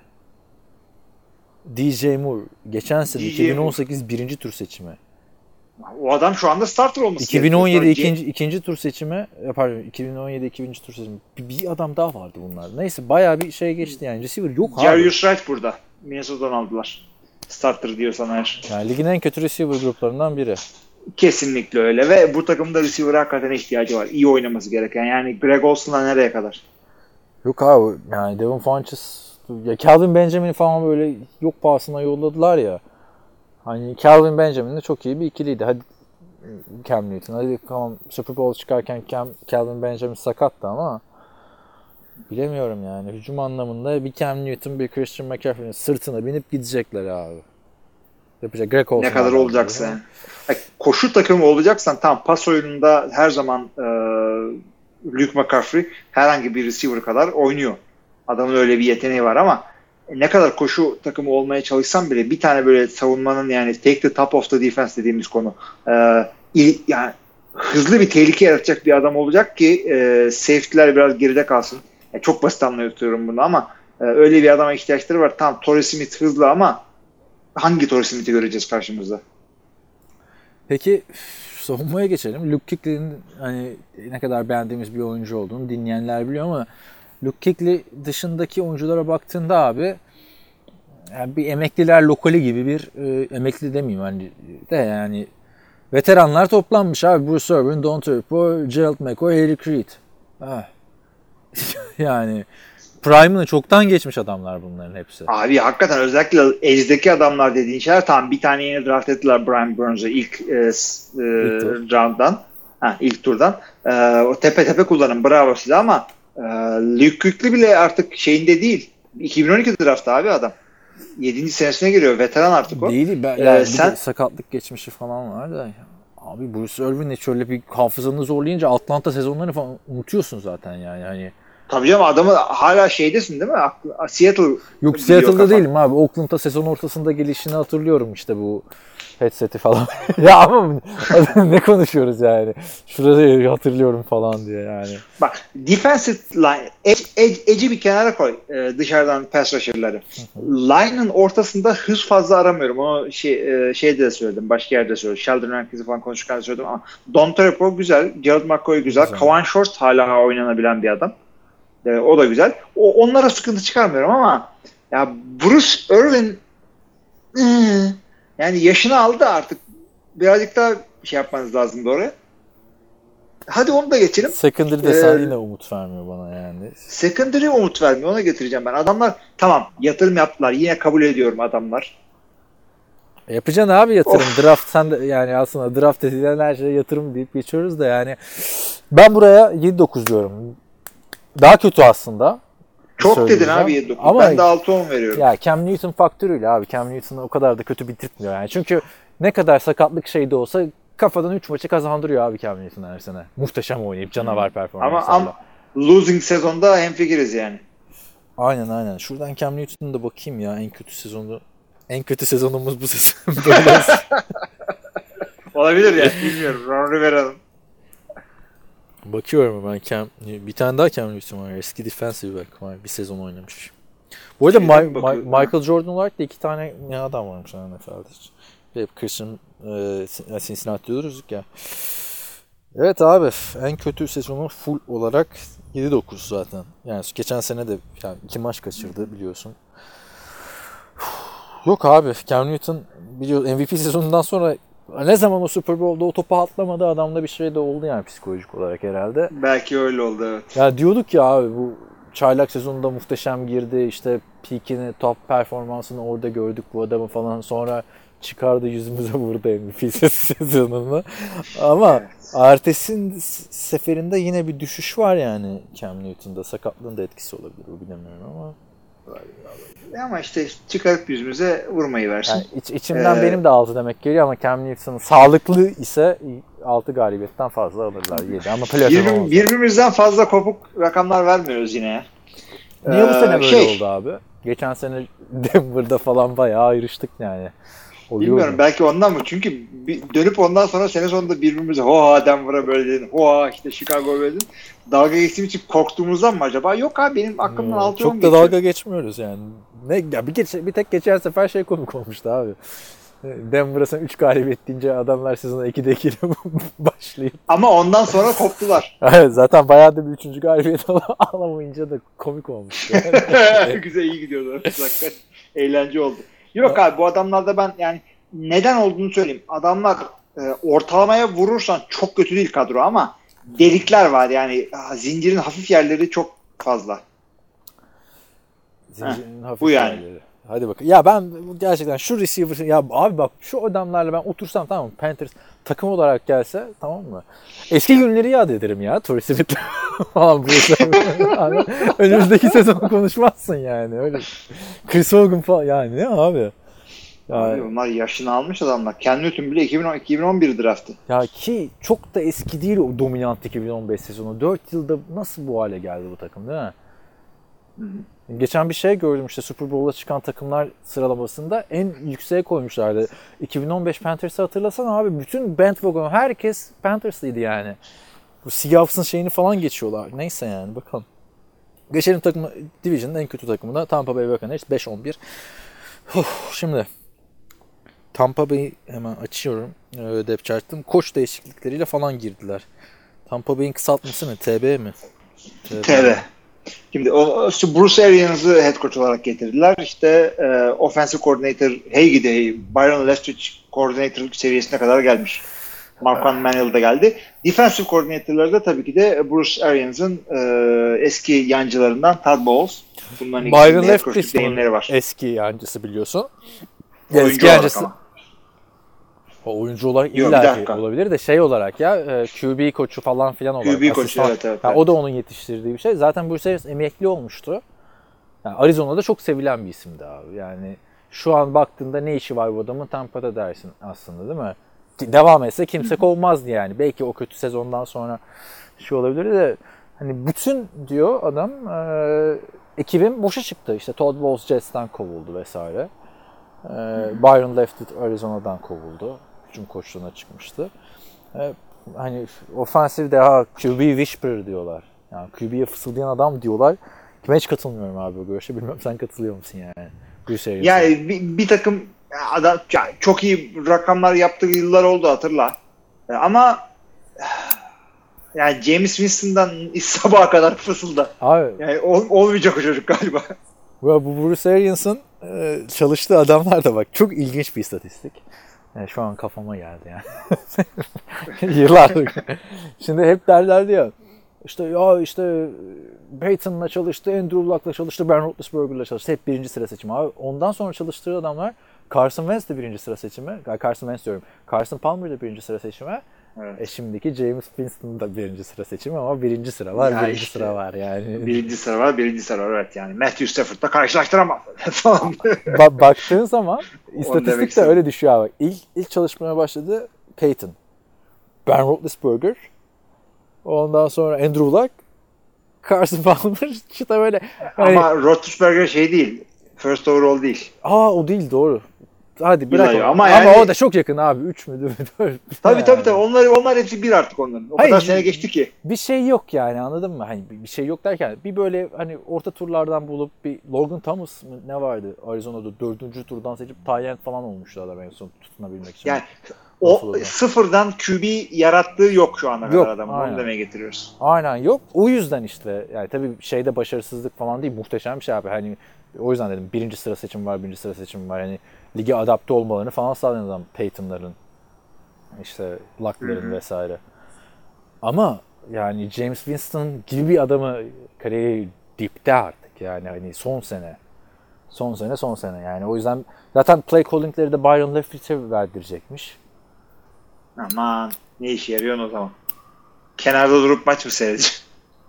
DJ Moore. Geçen sene 2018 1. tur seçimi. O adam şu anda starter olması 2017 ikinci tur seçimi. Pardon 2017 2. tur seçimi. Bir adam daha vardı bunlar. Neyse bayağı bir şey geçti yani. Receiver yok abi. Jarius Wright burada. Minnesota'dan aldılar. Starter diyorsan eğer. Yani ligin en kötü receiver gruplarından biri. Kesinlikle öyle ve bu takımda receiver'a hakikaten ihtiyacı var. İyi oynaması gereken. Yani Greg Olson'la nereye kadar? Yok abi yani Devin Funchess ya Calvin Benjamin'i falan böyle yok pahasına yolladılar ya. Hani Calvin Benjamin de çok iyi bir ikiliydi. Hadi Cam Newton. Hadi tamam Super Bowl çıkarken Calvin Benjamin sakattı ama bilemiyorum yani. Hücum anlamında bir Cam Newton bir Christian McCaffrey'in sırtına binip gidecekler abi. Yapacak Greg Olson. Ne kadar olacaksa. Yani. Koşu takımı olacaksan tam pas oyununda her zaman Luke McCaffrey herhangi bir receiver kadar oynuyor. Adamın öyle bir yeteneği var ama ne kadar koşu takımı olmaya çalışsam bile bir tane böyle savunmanın yani take the top of the defense dediğimiz konu yani hızlı bir tehlike yaratacak bir adam olacak ki safety'ler biraz geride kalsın. Yani çok basit anlatıyorum bunu ama öyle bir adama ihtiyaçları var. Tamam Torrey Smith hızlı ama hangi Torrey Smith'i göreceğiz karşımızda? Peki savunmaya geçelim. Luke Kuechly'nin hani ne kadar beğendiğimiz bir oyuncu olduğunu dinleyenler biliyor ama Luke Kuechly dışındaki oyunculara baktığında abi yani bir emekliler lokali gibi bir emekli demeyeyim hani de yani veteranlar toplanmış abi. Bruce Irvin, Don Turpo, Gerald McCoy, Harry Creed. Yani prime'ını çoktan geçmiş adamlar bunların hepsi. Abi hakikaten özellikle Edge'deki adamlar dediğin şeyler tam bir tane yeni draft ettiler Brian Burns'ı ilk round'dan. İlk turdan. O tepe kullanın bravo size ama Luke Kuechly bile artık şeyinde değil. 2012 draft'ta abi adam. 7. senesine giriyor. Veteran artık o. Değil. Yani bir sen de sakatlık geçmişi falan var da. Abi Bruce Irvin'le şöyle bir hafızanı zorlayınca Atlanta sezonlarını falan unutuyorsun zaten yani. Hani tabii canım adamı hala şeydesin değil mi? Seattle. yok Seattle'da değilim abi. Oakland'da sezon ortasında gelişini hatırlıyorum işte bu headset'i falan. Ya ama ne konuşuyoruz yani. Şurada hatırlıyorum falan diye yani. Bak defensive line edge'i bir kenara koy dışarıdan pass rusher'ları. Line'ın ortasında hız fazla aramıyorum. Onu şeyde de söyledim. Başka yerde söyledim. Sheldon Rankins'i falan konuşurken de söyledim ama Don Trepo güzel. Gerald McCoy güzel. Kavan Short hala oynanabilen bir adam. O da güzel. Onlara sıkıntı çıkarmıyorum ama ya Bruce Irvin yani yaşını aldı artık. Birazcık daha şey yapmanız lazım oraya. Hadi onu da geçelim. Secondary desen yine umut vermiyor bana yani. Secondary umut vermiyor. Ona getireceğim ben. Adamlar tamam yatırım yaptılar. Yine kabul ediyorum adamlar. Yapacaksın abi yatırım. Draft sen de yani aslında draft edilen her şeye yatırım deyip geçiyoruz da yani. Ben buraya 7-9 diyorum. Daha kötü aslında. Çok dedin abi 7-9. Ama ben de 6-10 veriyorum. Ya Cam Newton faktörüyle abi. Cam Newton'u o kadar da kötü bitirtmiyor yani. Çünkü ne kadar sakatlık şeyde olsa kafadan 3 maçı kazandırıyor abi Cam Newton her sene. Muhteşem oynayıp canavar performanslarla. Ama losing sezonda hemfikiriz yani. Aynen. Şuradan Cam Newton'un da bakayım ya en kötü sezonumuz bu sezon. Olabilir ya bilmiyorum. Ron Rivera'nın. Bakıyorum ben bir tane daha Cam Newton var. Eski defensive back var. Bir sezon oynamış. Bu arada Michael Jordan olarak da 2 tane ne adam varmış NFL'de. Hep Christian Cincinnati diyoruz ya. Evet abi en kötü sezonu full olarak 7-9 zaten. Yani geçen sene de yani 2 maç kaçırdı biliyorsun. Yok abi Cam Newton biliyor MVP sezonundan sonra ne zaman o Super Bowl'da o topu atlamadı adamda bir şey de oldu yani psikolojik olarak herhalde. Belki öyle oldu evet. Ya diyorduk ya abi bu çaylak sezonunda muhteşem girdi işte peak'ini top performansını orada gördük bu adamı falan sonra çıkardı yüzümüze vurdu MVP sezonunu. Ama ertesi seferinde yine bir düşüş var yani Cam Newton'da sakatlığın da etkisi olabilir bu bilemiyorum ama. Ama işte çıkarıp yüzümüze vurmayı versin. Yani içimden benim de 6 demek geliyor ama Cam Newton sağlıklı ise 6 galibiyetten fazla alırlar 7 ama birbirimizden fazla kopuk rakamlar vermiyoruz yine ya. Niye bu sene böyle oldu abi? Geçen sene Denver'da falan bayağı ayrıştık yani. Bilmiyorum belki ondan mı? Çünkü dönüp ondan sonra sene sonunda birbirimize hoha Denver'a böyle dedin. Hoha işte Chicago böyle dedin. Dalga geçtiğim için korktuğumuzdan mı acaba? Yok abi benim aklımdan 6-10 çok da dalga geçmiyoruz yani. Bir tek geçen sefer şey komik olmuştu abi. Denver'a sen 3 galibiyet deyince adamlar sezona 2'de 2 ile başlayıp. Ama ondan sonra koptular. Evet zaten bayağı da bir 3. galibiyet alamayınca da komik olmuştu. Güzel iyi gidiyordu. Eğlence oldu. Yok abi bu adamlarda ben yani neden olduğunu söyleyeyim. Adamlar ortalamaya vurursan çok kötü değil kadro ama delikler var yani zincirin hafif yerleri çok fazla. Zincirin hafif bu yani. yerleri. Hadi bakalım. Ya ben gerçekten şu receiver ya abi bak şu adamlarla ben otursam tamam mı? Panthers takım olarak gelse tamam mı? Eski günleri yad ederim ya. Torrey Smith'le falan yani, önümüzdeki sezonu konuşmazsın yani öyle. Chris Hogan falan yani ne abi? Yani, onlar yaşını almış adamlar. Cam Newton bile 2011 draftı. Ya ki çok da eski değil o dominant 2015 sezonu. 4 yılda nasıl bu hale geldi bu takım değil mi? Hı-hı. Geçen bir şey gördüm işte Super Bowl'a çıkan takımlar sıralamasında en yükseğe koymuşlardı. 2015 Panthers'ı hatırlasana abi bütün bandwagon herkes Panthers'lıydı yani. Bu Seahawks'ın şeyini falan geçiyorlar. Neyse yani bakalım. Geçelim takımı Division'ın en kötü takımına Tampa Bay Buccaneers 5-11. Şimdi Tampa Bay'i hemen açıyorum. Depth chart'ım. Koç değişiklikleriyle falan girdiler. Tampa Bay'in kısaltması ne? TB mi? TB. Şimdi Bruce Arians'ı head coach olarak getirdiler. İşte offensive coordinator Hagee Byron Leftwich coordinator seviyesine kadar gelmiş. Marquand Manuel da geldi. Defensive coordinator'ları da tabii ki de Bruce Arians'ın eski yancılarından Todd Bowles. Bunların Byron Leftwich'in eski yancısı biliyorsun. Eski yancısı. O oyuncu olarak illa olabilir de şey olarak ya QB koçu falan filan olarak. QB koçu evet. O da onun yetiştirdiği bir şey. Zaten Bruce Arians emekli olmuştu. Yani Arizona'da çok sevilen bir isimdi abi. Yani şu an baktığında ne işi var bu adamın Tampa'da dersin aslında değil mi? Devam etse kimse kovmazdı yani. Belki o kötü sezondan sonra şey olabilir de hani bütün diyor adam ekibim boşa çıktı. İşte Todd Bowles Jets'ten kovuldu vesaire. Byron Leftwich Arizona'dan kovuldu. Hücum koçluğuna çıkmıştı. Hani offensive deha QB whisperer diyorlar. Yani QB'ye fısıldayan adam diyorlar. Kime hiç katılmıyorum abi o görüşe. Bilmem sen katılıyor musun yani? Yani bir takım adam çok iyi rakamlar yaptığı yıllar oldu hatırla. Ama yani James Winston'dan sabaha kadar fısılda. Abi, yani olmayacak o çocuk galiba. Bu Bruce Arians'ın çalıştığı adamlar da bak çok ilginç bir istatistik. Yani şu an kafama geldi yani. Yıllardır. Şimdi hep derlerdi ya işte Peyton'la çalıştı, Andrew Luck'la çalıştı, Ben Roethlisberger'la çalıştı. Hep birinci sıra seçimi abi. Ondan sonra çalıştığı adamlar Carson Wentz de birinci sıra seçimi. Carson Wentz diyorum. Carson Palmer de birinci sıra seçimi. Evet. Şimdiki James Winston da birinci sıra seçimi ama birinci sıra var, birinci işte, sıra var yani. Birinci sıra var evet yani. Matthew Stafford'la karşılaştıramaz falan. Baktığın zaman istatistik de öyle düşüyor abi. İlk çalışmaya başladı Peyton. Ben Roethlisberger. Ondan sonra Andrew Luck. Carson Palmer işte böyle. Ama Roethlisberger şey değil. First overall değil. O değil doğru. Hadi bırak. Ama yani, o da çok yakın abi. 3 mü 4 mü? Tabii. Onlar hepsi bir artık onların. O kadar sene geçti ki. Bir şey yok yani anladın mı? Hani bir şey yok derken bir böyle hani orta turlardan bulup bir Logan Thomas mı ne vardı? Arizona'da 4. turdan seçip tight end falan olmuştu adam en son tutunabilmek için. Yani o sıfırdan QB yarattığı yok şu ana kadar adamın. Onu demeye getiriyoruz. Aynen yok. O yüzden işte yani tabii şeyde başarısızlık falan değil. Muhteşem bir şey abi. Hani o yüzden dedim birinci sıra seçim var. Hani lige adapte olmalarını falan sağlayan adam Peyton'ların işte Luck'ların vesaire. Ama yani James Winston gibi bir adamı kariyeri dipte artık yani hani son sene yani o yüzden zaten play calling'leri de Byron Leftwich'e verdirecekmiş. Aman ne işe yarıyor o zaman? Kenarda durup maç mı seyredeceksin?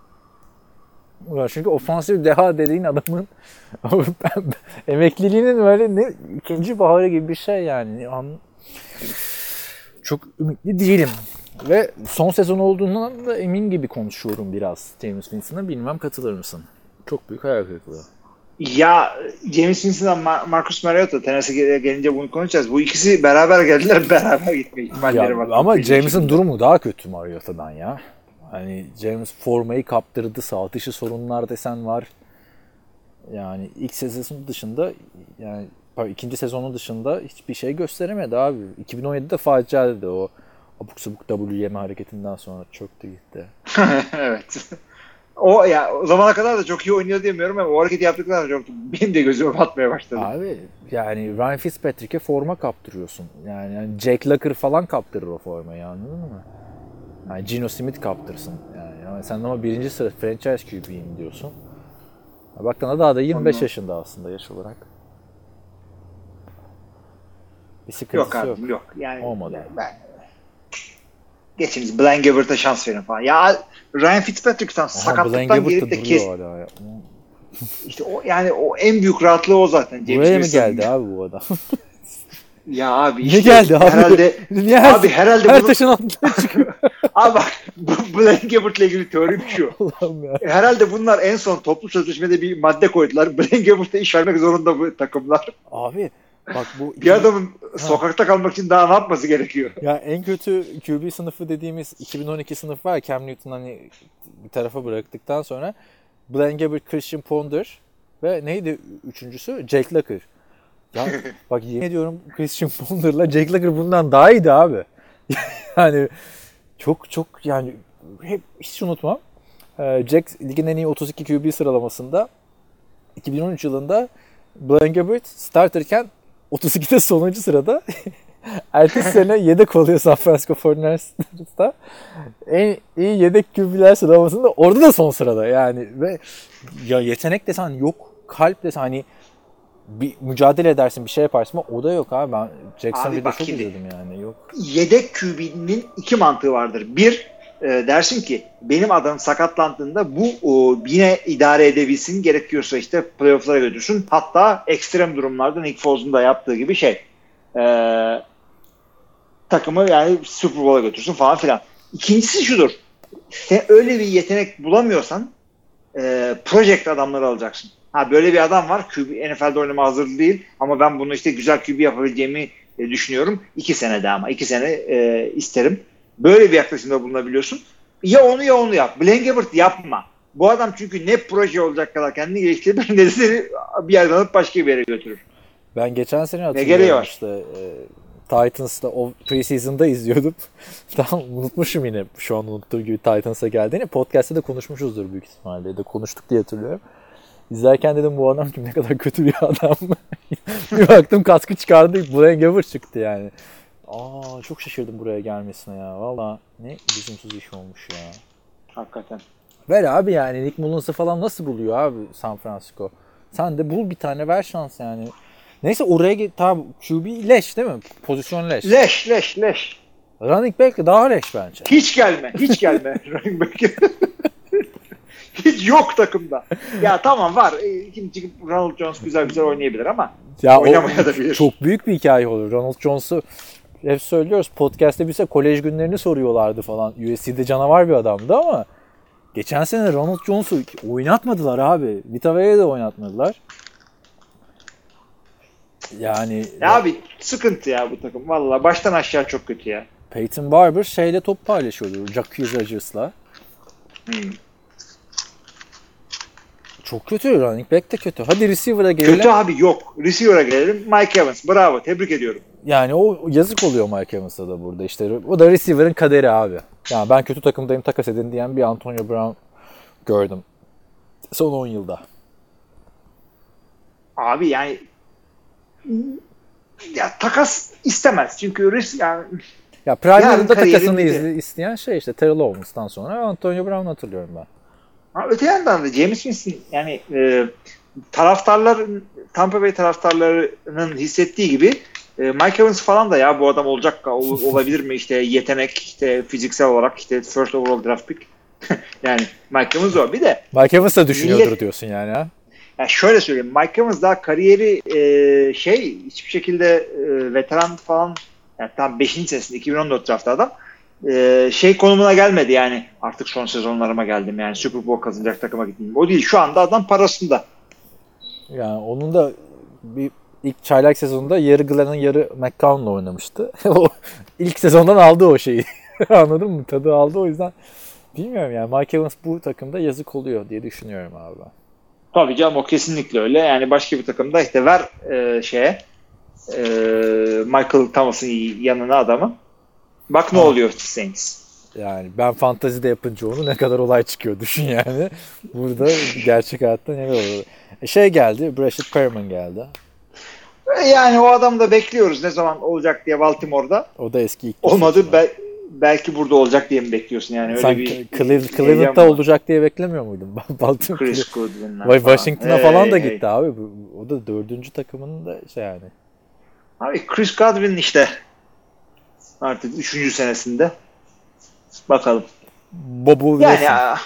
Çünkü ofansif deha dediğin adamın emekliliğinin böyle ikinci baharı gibi bir şey yani. Çok ümitli değilim. Ve son sezon olduğundan da emin gibi konuşuyorum biraz James Winston'a. Bilmem katılır mısın? Çok büyük hayal kırıklığı. Ya James Winston'la Marcus Mariota Tennessee'ye gelince bunu konuşacağız. Bu ikisi beraber geldiler, beraber gitme ihtimalleri var. Ama James'in durumu daha kötü Mariota'dan ya. Hani James formayı kaptırdı, sağ dışı sorunlar desen var. Yani ilk sezon dışında yani ikinci sezonun dışında hiçbir şey gösteremedi abi. 2017'de faciaydı o abuk sabuk W yeme hareketinden sonra çöktü gitti. Evet. O zamana kadar da çok iyi oynuyor diyemiyorum ama o hareketi yaptıktan sonra çok benim de gözüme batmaya başladı. Abi yani Ryan Fitzpatrick'e forma kaptırıyorsun. Yani Jake Locker falan kaptırır o formayı anladın mı? Yani Geno Smith kaptırsın. Yani sen ama birinci sıra franchise QB'yim diyorsun. Baktığında daha da 25 yaşında aslında yaş olarak. Bir sıkıntısı yok. Yok. Yani olmadı. Geçiniz Blaine Gabbert'a şans verin falan. Ya Ryan Fitzpatrick'tan sakatlıktan gelip de İşte o en büyük rahatlığı o zaten. Buraya mı geldi abi bu adam? Ya abi işte. Ne geldi abi? Herhalde her taşın altından çıkıyor. Abi bak Blaine Gabbert'la ilgili teorim şu. Allah'ım ya. Herhalde bunlar en son toplu sözleşmede bir madde koydular. Blaine Gabbert'e iş vermek zorunda bu takımlar. Abi bak bu bir adamın sokakta kalmak için daha ne yapması gerekiyor? Ya en kötü QB sınıfı dediğimiz 2012 sınıf var. Cam Newton hani bir tarafa bıraktıktan sonra Blaine Gabbert, Christian Ponder ve neydi üçüncüsü? Jake Locker. Ya bak yemin ediyorum Christian Ponder'la Jake Locker bundan daha iyiydi abi. Yani çok yani hep hiç unutmam. Jack ligin en iyi 32 QB sıralamasında 2013 yılında Blaine Gabbert starterken 32'de sonuncu sırada. Ertesi sene yedek oluyor San Francisco 49ers'ta. En iyi yedek QB'ler sıralamasında orada da son sırada yani ve ya yetenek desen yok, kalp desen hani bir mücadele edersin, bir şey yaparsın ama o da yok abi. Ben Jacksonville'de çok izledim yani. Yok. Yedek QB'nin iki mantığı vardır. Bir, dersin ki benim adam sakatlandığında bu yine idare edebilsin, gerekiyorsa işte playoff'lara götürsün. Hatta ekstrem durumlarda Nick Foles'un da yaptığı gibi takımı yani Super Bowl'a götürsün falan filan. İkincisi şudur. Sen öyle bir yetenek bulamıyorsan project adamları alacaksın. Böyle bir adam var. QB, NFL'de oynama hazır değil ama ben bunu işte güzel QB yapabileceğimi düşünüyorum. 2 senede ama 2 sene isterim. Böyle bir yaklaşımda bulunabiliyorsun. Ya onu yap. Blaine Gabbert yapma. Bu adam çünkü ne proje olacak kadar kendini geliştirir ne de seni bir yerden alıp başka bir yere götürür. Ben geçen sene hatırlıyorum işte Titans'ta o preseason'da izliyordum. Tam unutmuşum yine şu an unuttuğum gibi Titans'a geldiğini. Podcast'ta da konuşmuşuzdur büyük ihtimalle. De konuştuk diye hatırlıyorum. İzlerken dedim bu adam kim ne kadar kötü bir adam. Bir baktım kaskı çıkardı. Blaine Gabbert çıktı yani. Çok şaşırdım buraya gelmesine ya. Valla ne lüzumsuz iş olmuş ya. Hakikaten. Ver abi yani Nick Mullins'ı falan nasıl buluyor abi San Francisco? Sen de bul bir tane ver şans yani. Neyse oraya tabi QB leş değil mi? Pozisyon leş. Leş. Running back daha leş bence. Hiç gelme. Running back. Hiç yok takımda. Ya tamam var. Kim çıkıp Ronald Jones güzel oynayabilir ama ya oynamayabilir. Çok büyük bir hikaye olur. Ronald Jones'u hep söylüyoruz. Podcast'te bilse kolej günlerini soruyorlardı falan. USC'de canavar bir adamdı ama geçen sene Ronald Jones'u oynatmadılar abi. Vita Vea'yı da oynatmadılar. Yani abi sıkıntı ya bu takım. Vallahi baştan aşağı çok kötü ya. Peyton Barber şeyle top paylaşıyordu. Jacques Rodgers'la. Çok kötü. Running back de kötü. Hadi receiver'a gelelim. Kötü abi yok. Receiver'a gelelim. Mike Evans. Bravo. Tebrik ediyorum. Yani o yazık oluyor Mike Evans'a da burada. İşte o da receiver'ın kaderi abi. Yani ben kötü takımdayım takas edin diyen bir Antonio Brown gördüm. Son 10 yılda. Abi yani ya takas istemez. Çünkü ya primary'de takasını isteyen şey işte Terrell Owens'tan sonra Antonio Brown hatırlıyorum ben. Öte yandan da James Winston yani Tampa Bay taraftarlarının hissettiği gibi Mike Evans falan da ya bu adam olabilir mi işte yetenek işte fiziksel olarak işte first overall draft pick yani Mike Evans o. Bir de Mike Evans da düşünüyordur diyorsun yani ha. Yani şöyle söyleyeyim. Mike Evans daha kariyeri hiçbir şekilde veteran falan yani tam 5. senesinde 2014 draftı adam konumuna gelmedi yani artık son sezonlarıma geldim yani Super Bowl kazanacak takıma gittim. O değil şu anda adam parasında. Yani onun da bir ilk çaylak sezonunda yarı Glenn'ın yarı McCown'la oynamıştı. O ilk sezondan aldı o şeyi. Anladın mı? Tadı aldı o yüzden bilmiyorum yani Mike Evans bu takımda yazık oluyor diye düşünüyorum abi ben. Tabii canım o kesinlikle öyle. Yani başka bir takımda işte ver Michael Thomas'ın yanına adamı. Bak ne oluyor Saints. Yani ben fantazide yapınca onu ne kadar olay çıkıyor düşün yani. Burada gerçek hayatta neler oluyor. Geldi, Brashad Perriman geldi. Yani o adam da bekliyoruz ne zaman olacak diye Baltimore'da. O da eski ilk olmadı belki burada olacak diye mi bekliyorsun yani öyle sen bir Cleveland'da olacak diye beklemiyor muydun? Baltimore. Chris Goodwin'ler Washington'a falan da gitti abi. O da 4. takımının da yani. Abi Chris Godwin işte artık 3. senesinde. Bakalım. Bobo yani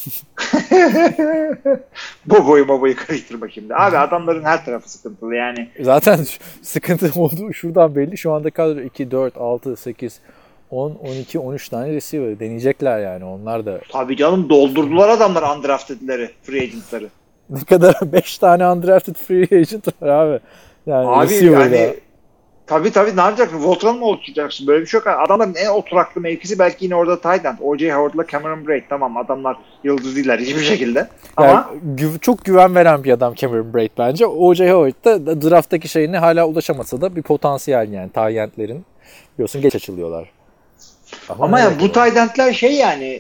Bobo'yu karıştırma şimdi. Abi adamların her tarafı sıkıntılı yani. Zaten sıkıntı olduğu şuradan belli. Şu anda kadro 2, 4, 6, 8, 10, 12, 13 tane receiver deneyecekler yani. Onlar da. Tabii canım doldurdular adamlar undrafted'leri, free agent'ları. Ne kadar 5 tane undrafted free agent var abi. Yani abi receiver'da. yani tabii ne yapacaksın? Voltron mu oturacaksın? Böyle bir şey yok. Adamların en oturaklı mevkisi belki yine orada tight end. O.J. Howard'la Cameron Braid. Tamam adamlar yıldız değiller hiçbir şekilde. Ama yani, çok güven veren bir adam Cameron Braid bence. O.J. Howard da drafttaki şeyine hala ulaşamasa da bir potansiyel yani tight end'lerin biliyorsun geç açılıyorlar. Ama yani bu tight end'ler yani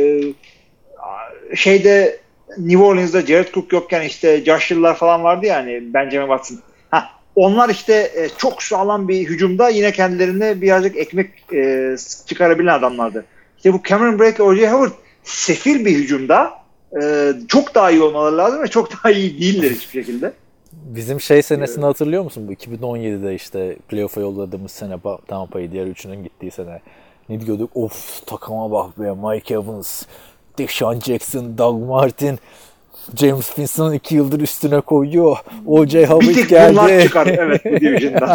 New Orleans'da Jared Cook yokken işte Josh Hill'lar falan vardı yani Benjamin Watson. Onlar işte çok sağlam bir hücumda yine kendilerine birazcık ekmek çıkarabilen adamlardı. İşte bu Cameron Braid ile O.J. Howard sefil bir hücumda çok daha iyi olmaları lazım ve çok daha iyi değiller hiçbir şekilde. Bizim senesini hatırlıyor musun? Bu 2017'de işte playoff'a yolladığımız sene Tampa'yı diğer üçünün gittiği sene. Ne diyorduk? Of takıma bak be, Mike Evans, Deshaun Jackson, Doug Martin, James Winston 2 yıldır üstüne koyuyor. O.J. Howard Bir tek geldi. bunlar çıkar evet bu division'dan.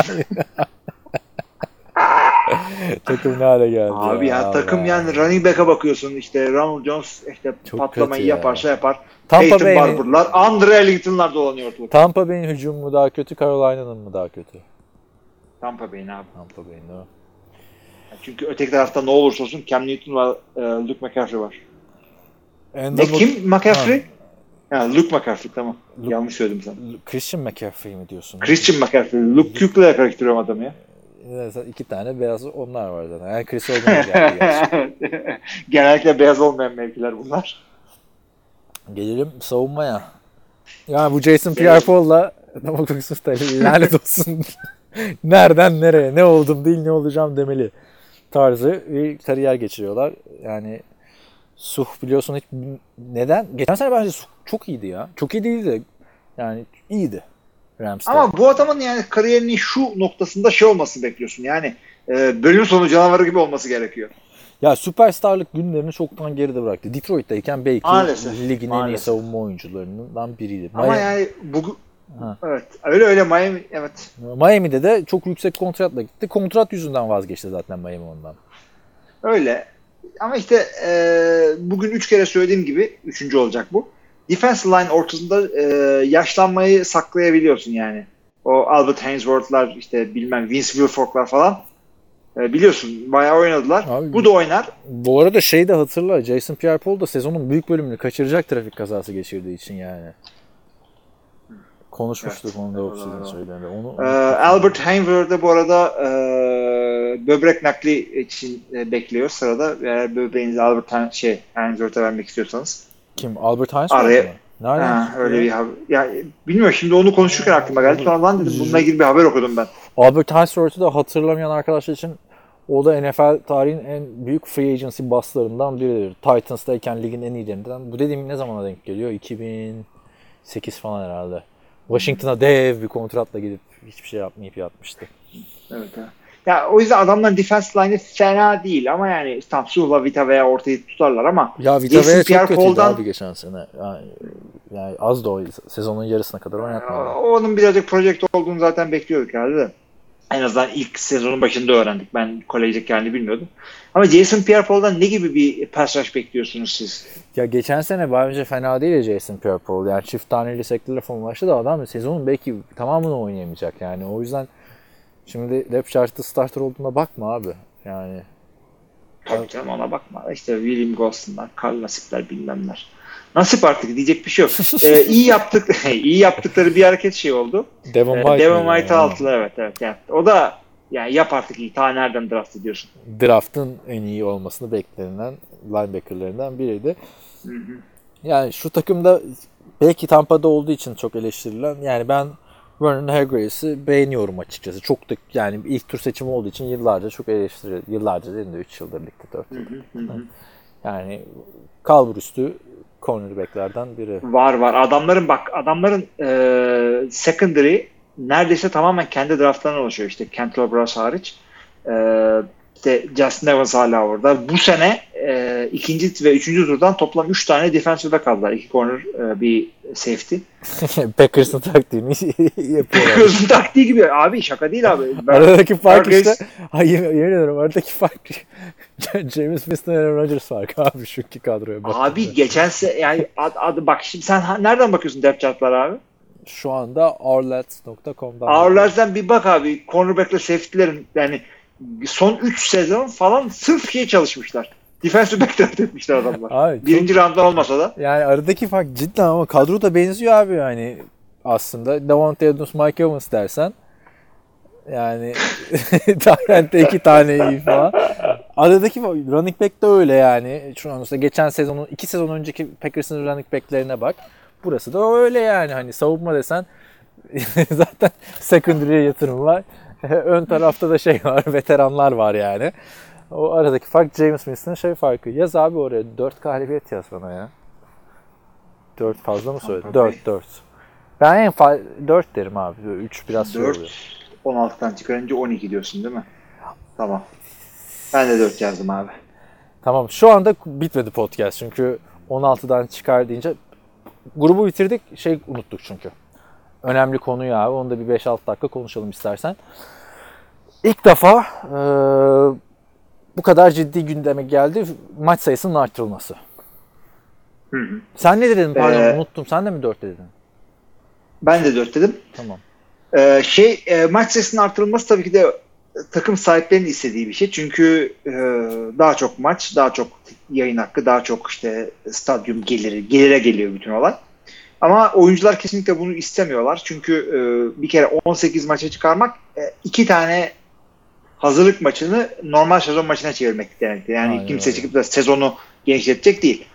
Takım ne hale geldi? Abi ya Allah. takım yani running back'a bakıyorsun işte Ronald Jones işte Çok patlamayı kötü ya. yapar şey yapar. Tampa Peyton Bay mi? Barber'lar, Andre Ellington'lar dolanıyor ortalıkta. Tampa Bay'in hücumu mu daha kötü, Carolina'nın mı daha kötü? Tampa Bay'in abi. Tampa Bay'in değil mi? Çünkü öteki tarafta ne olursa olsun Cam Newton ve Luke McCaffrey var. Andrew Ne kim? McCaffrey? Ha, Luke McCaffrey tamam. Yanlış söyledim sana. Christian McCaffrey mi diyorsun? Christian McCaffrey. Luke Kuechly'e karıştırıyorum adamı ya. İki tane beyaz onlar var zaten. Yani Chris Olden geldi gerçi. Genellikle beyaz olmayan mevkiler bunlar. Gelelim savunmaya. Yani bu Jason Pierre-Paul'la lanet olsun. Nereden nereye, ne oldum değil ne olacağım demeli tarzı bir kariyer geçiriyorlar. Yani Suh biliyorsun hiç neden? Geçen sene bence Suh çok iyiydi ya. Çok iyi değildi de yani iyiydi Rams'te. Ama bu adamın yani kariyerinin şu noktasında şey olmasını bekliyorsun. Yani bölüm sonu canavarı gibi olması gerekiyor. Ya süperstarlık günlerini çoktan geride bıraktı. Detroit'teyken belki ligin en iyi savunma oyuncularından biriydi. Ama yani evet öyle Miami evet. Miami'de de çok yüksek kontratla gitti. Kontrat yüzünden vazgeçti zaten Miami ondan. Öyle. Ama işte bugün 3 kere söylediğim gibi 3. olacak bu. Defensive line ortasında yaşlanmayı saklayabiliyorsun yani. O Albert Haynesworth'lar işte bilmem Vince Wilfork'lar falan biliyorsun bayağı oynadılar. Abi, bu da oynar. Bu arada şey de hatırla, Jason Pierre-Paul da sezonun büyük bölümünü kaçıracak trafik kazası geçirdiği için yani. Konuşmuştuk evet, onu da off-season söylerinde. Albert Haynesworth'da bu arada böbrek nakli için bekliyor sırada. Eğer böbreğinizi Albert Haynesworth'a vermek istiyorsanız. Kim? Albert Haynesworth mı? Öyle bir haber. Ya bilmiyorum şimdi onu konuşurken aklıma geldi. Sonradan dedim bununla ilgili bir haber okudum ben. Albert Haynesworth'u da hatırlamayan arkadaşlar için o da NFL tarihinin en büyük free agency bustlarından biridir. Titans'tayken ligin en iyilerinden. Bu dediğim ne zamana denk geliyor? 2008 falan herhalde. Washington'a dev bir kontratla gidip hiçbir şey yapmayıp yatmıştı. Evet. Ya o yüzden adamların defense line'ı fena değil ama yani tam Suh'la Vita veya ortayı tutarlar ama ya Vita veya çok kötüydü abi geçen sene. Yani az da o sezonun yarısına kadar oynatmadı. Onun birazcık project olduğunu zaten bekliyorduk herhalde de. En azından ilk sezonun başında öğrendik. Ben kolejdeki halini bilmiyordum. Ama Jason Pierre-Paul'dan ne gibi bir pass rush bekliyorsunuz siz? Ya geçen sene bence fena değil Jason Pierre-Paul. Yani çift taneli sektirle falan başladı. Adam sezonun belki tamamını oynayamayacak yani. O yüzden şimdi depth chart'ta starter olduğuna bakma abi. Yani tabii canım ona bakma. İşte William Golston'lar, Karl Nasip'ler bilmemler. Nasip artık diyecek bir şey yok. iyi yaptıkları bir hareket şey oldu. Devon White altılı evet. Yani, o da yani yap artık iyi. Ta nereden draft ediyorsun? Draft'ın en iyi olmasını beklenen linebacker'larından biriydi. Hı. Yani şu takımda belki Tampa'da olduğu için çok eleştirilen yani ben Vernon Hargreaves'i beğeniyorum açıkçası. Çok da yani ilk tur seçimi olduğu için yıllarca çok eleştiriyor. Yıllarca değil de 3 yıldır ligde 4 yıldır. Yani kalbur üstü cornerback'lerden biri. Var. Adamların secondary neredeyse tamamen kendi draftlarından oluşuyor. İşte Kentrell Brice hariç. İşte Justin Evans hala orada. Bu sene ikinci ve üçüncü turdan toplam 3 tane defensive back aldılar. 2 corner, bir safety. Packers'ın taktiğini yapıyorlar. Packers'ın taktiği gibi. Abi şaka değil abi. Aradaki fark işte. Yemin ederim aradaki fark James Winston ve Aaron Rodgers farkı abi şu iki kadroya bak. Abi geçen yani bak şimdi sen nereden bakıyorsun depth chart'lara abi? Şu anda Ourlads.com'dan. Ourlads'dan bir bak abi. Cornerback'le safety'lerin yani son 3 sezon falan sırf çalışmışlar. Defensive back draft etmişler adamlar. Abi, birinci round'dan olmasa da. Yani aradaki fark cidden ama kadro da benziyor abi yani aslında. Davante Adams, Mike Evans dersen yani Tyrant'te 2 tane iyi falan. Aradaki running back de öyle yani. Şu an mesela geçen sezonun 2 sezon önceki Packers'ın running back'lerine bak. Burası da öyle yani. Hani savunma desen zaten secondary'e yatırım var. Ön tarafta da var, veteranlar var yani. O aradaki fark James Winston'ın farkı. Yaz abi oraya 4 galibiyet yaz bana ya. 4 fazla mı söyledin? 4. Ben en 4 derim abi. 3 biraz 4, 16'dan çıkarınca 12 diyorsun değil mi? Tamam. Ben de 4 yazdım abi. Tamam, şu anda bitmedi podcast çünkü 16'dan çıkar deyince grubu bitirdik, unuttuk çünkü. Önemli konuyu abi, onu da bir 5-6 dakika konuşalım istersen. İlk defa bu kadar ciddi gündeme geldi maç sayısının artırılması. Hı. Sen ne dedin? Pardon unuttum. Sen de mi 4 dedin? Ben de 4 dedim. Tamam. Maç sayısının artırılması tabii ki de takım sahiplerinin istediği bir şey. Çünkü daha çok maç, daha çok yayın hakkı, daha çok işte stadyum gelire geliyor bütün olay. Ama oyuncular kesinlikle bunu istemiyorlar. Çünkü bir kere 18 maça çıkarmak 2 tane hazırlık maçını normal sezon maçına çevirmek demektir. Yani aynen kimse öyle. çıkıp da sezonu genişletecek değil.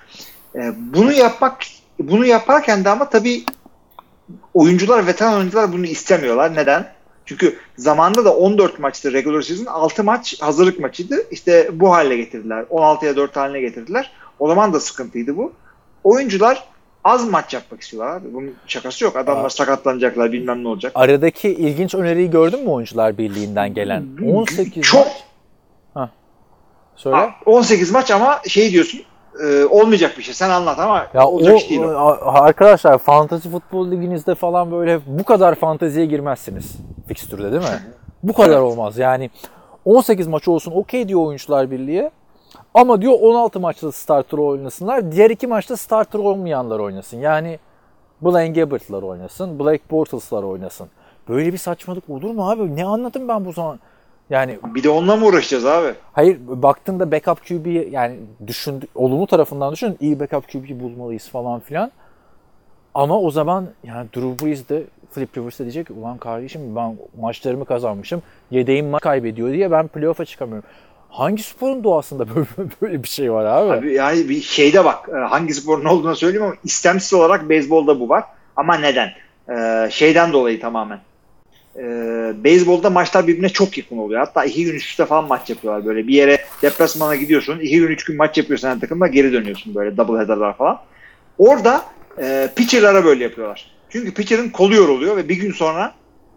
Bunu yaparken de ama tabii oyuncular, veteran oyuncular bunu istemiyorlar. Neden? Çünkü zamanında da 14 maçtı regular season, 6 maç hazırlık maçıydı. İşte bu hale getirdiler. 16'ya 4 haline getirdiler. O zaman da sıkıntıydı bu. Oyuncular az maç yapmak istiyorlar abi. Bunun şakası yok. Adamlar sakatlanacaklar, bilmem ne olacak. Aradaki ilginç öneriyi gördün mü Oyuncular Birliği'nden gelen? 18 Çok maç. Söyle. 18 maç ama diyorsun, olmayacak bir şey. Sen anlat ama Ya olacak iş değil o. Arkadaşlar Fantasy Futbol Liginizde falan böyle bu kadar fanteziye girmezsiniz fikstürde, değil mi? Bu kadar olmaz. Yani 18 maç olsun okey diyor Oyuncular Birliği. Ama diyor 16 maçta starter oynasınlar. Diğer 2 maçta starter olmayanlar oynasın. Yani Blaine Gabbert'lar oynasın. Blake Bortles'lar oynasın. Böyle bir saçmalık olur mu abi? Ne anladım ben bu zaman? Yani Bir de onunla mı uğraşacağız abi? hayır, baktığında backup QB, yani olumlu tarafından düşün, iyi backup QB bulmalıyız falan filan. Ama o zaman yani Drew Brees de Philip Rivers de diyecek ki ulan kardeşim ben maçlarımı kazanmışım, yedeğim maç kaybediyor diye ben playoff'a çıkamıyorum. Hangi sporun doğasında böyle bir şey var abi? Abi yani bir şeyde bak, hangi sporun olduğunu söyleyeyim ama istemsiz olarak beyzbolda bu var. Ama neden? Şeyden dolayı tamamen. Beyzbolda maçlar birbirine çok yakın oluyor. Hatta 2 gün üst üste falan maç yapıyorlar. Böyle bir yere deplasmana gidiyorsun. 2 gün 3 gün maç yapıyorsun her takımda, geri dönüyorsun böyle double header'lar falan. Orada pitcher'lara böyle yapıyorlar. Çünkü pitcher'ın kolu yoruluyor ve bir gün sonra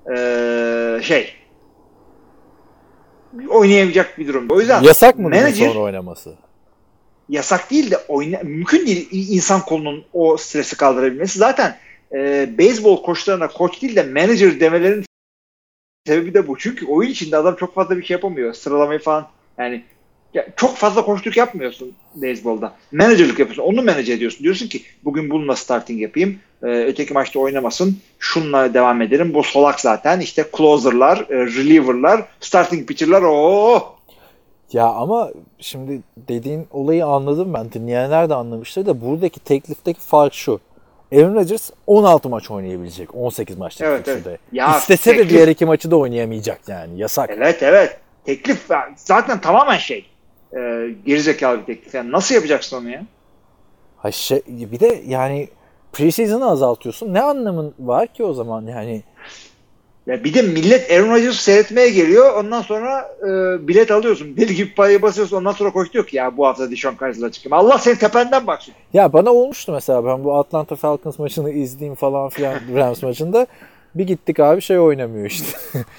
oynayamayacak bir durum. O yüzden Yasak mı bunun sonra oynaması? Yasak değil de mümkün değil insan kolunun o stresi kaldırabilmesi. Zaten beyzbol koçlarına koç değil de manager demelerinin sebebi de bu. Çünkü oyun içinde adam çok fazla bir şey yapamıyor. Sıralamayı falan, yani çok fazla koçluk yapmıyorsun beyzbolda. Managerlık yapıyorsun. Onu manage ediyorsun. Diyorsun ki bugün bununla starting yapayım. Öteki maçta oynamasın. Şununla devam edelim. Bu solak zaten. İşte closer'lar, reliever'lar, starting pitcher'lar. Ya ama şimdi dediğin olayı anladım ben. Dinleyenler de anlamıştır da buradaki teklifteki fark şu. Aaron Rodgers 16 maç oynayabilecek. 18 maçlık fikstürde. Evet. İstese de diğer 2 maçı da oynayamayacak yani. Yasak. Evet. Teklif zaten tamamen gerizekalı bir teklif. Yani nasıl yapacaksın onu ya? Bir de yani preseason'ı azaltıyorsun. Ne anlamın var ki o zaman yani? Ya bir de millet Aaron Rodgers'ı seyretmeye geliyor. Ondan sonra bilet alıyorsun. Deli gibi parayı basıyorsun. Ondan sonra koç diyor ki ya bu hafta Deshaun Kars'la çıkayım. Allah seni tependen baksın. Ya bana olmuştu mesela, ben bu Atlanta Falcons maçını izleyeyim falan filan Rams maçında. Bir gittik abi oynamıyor işte.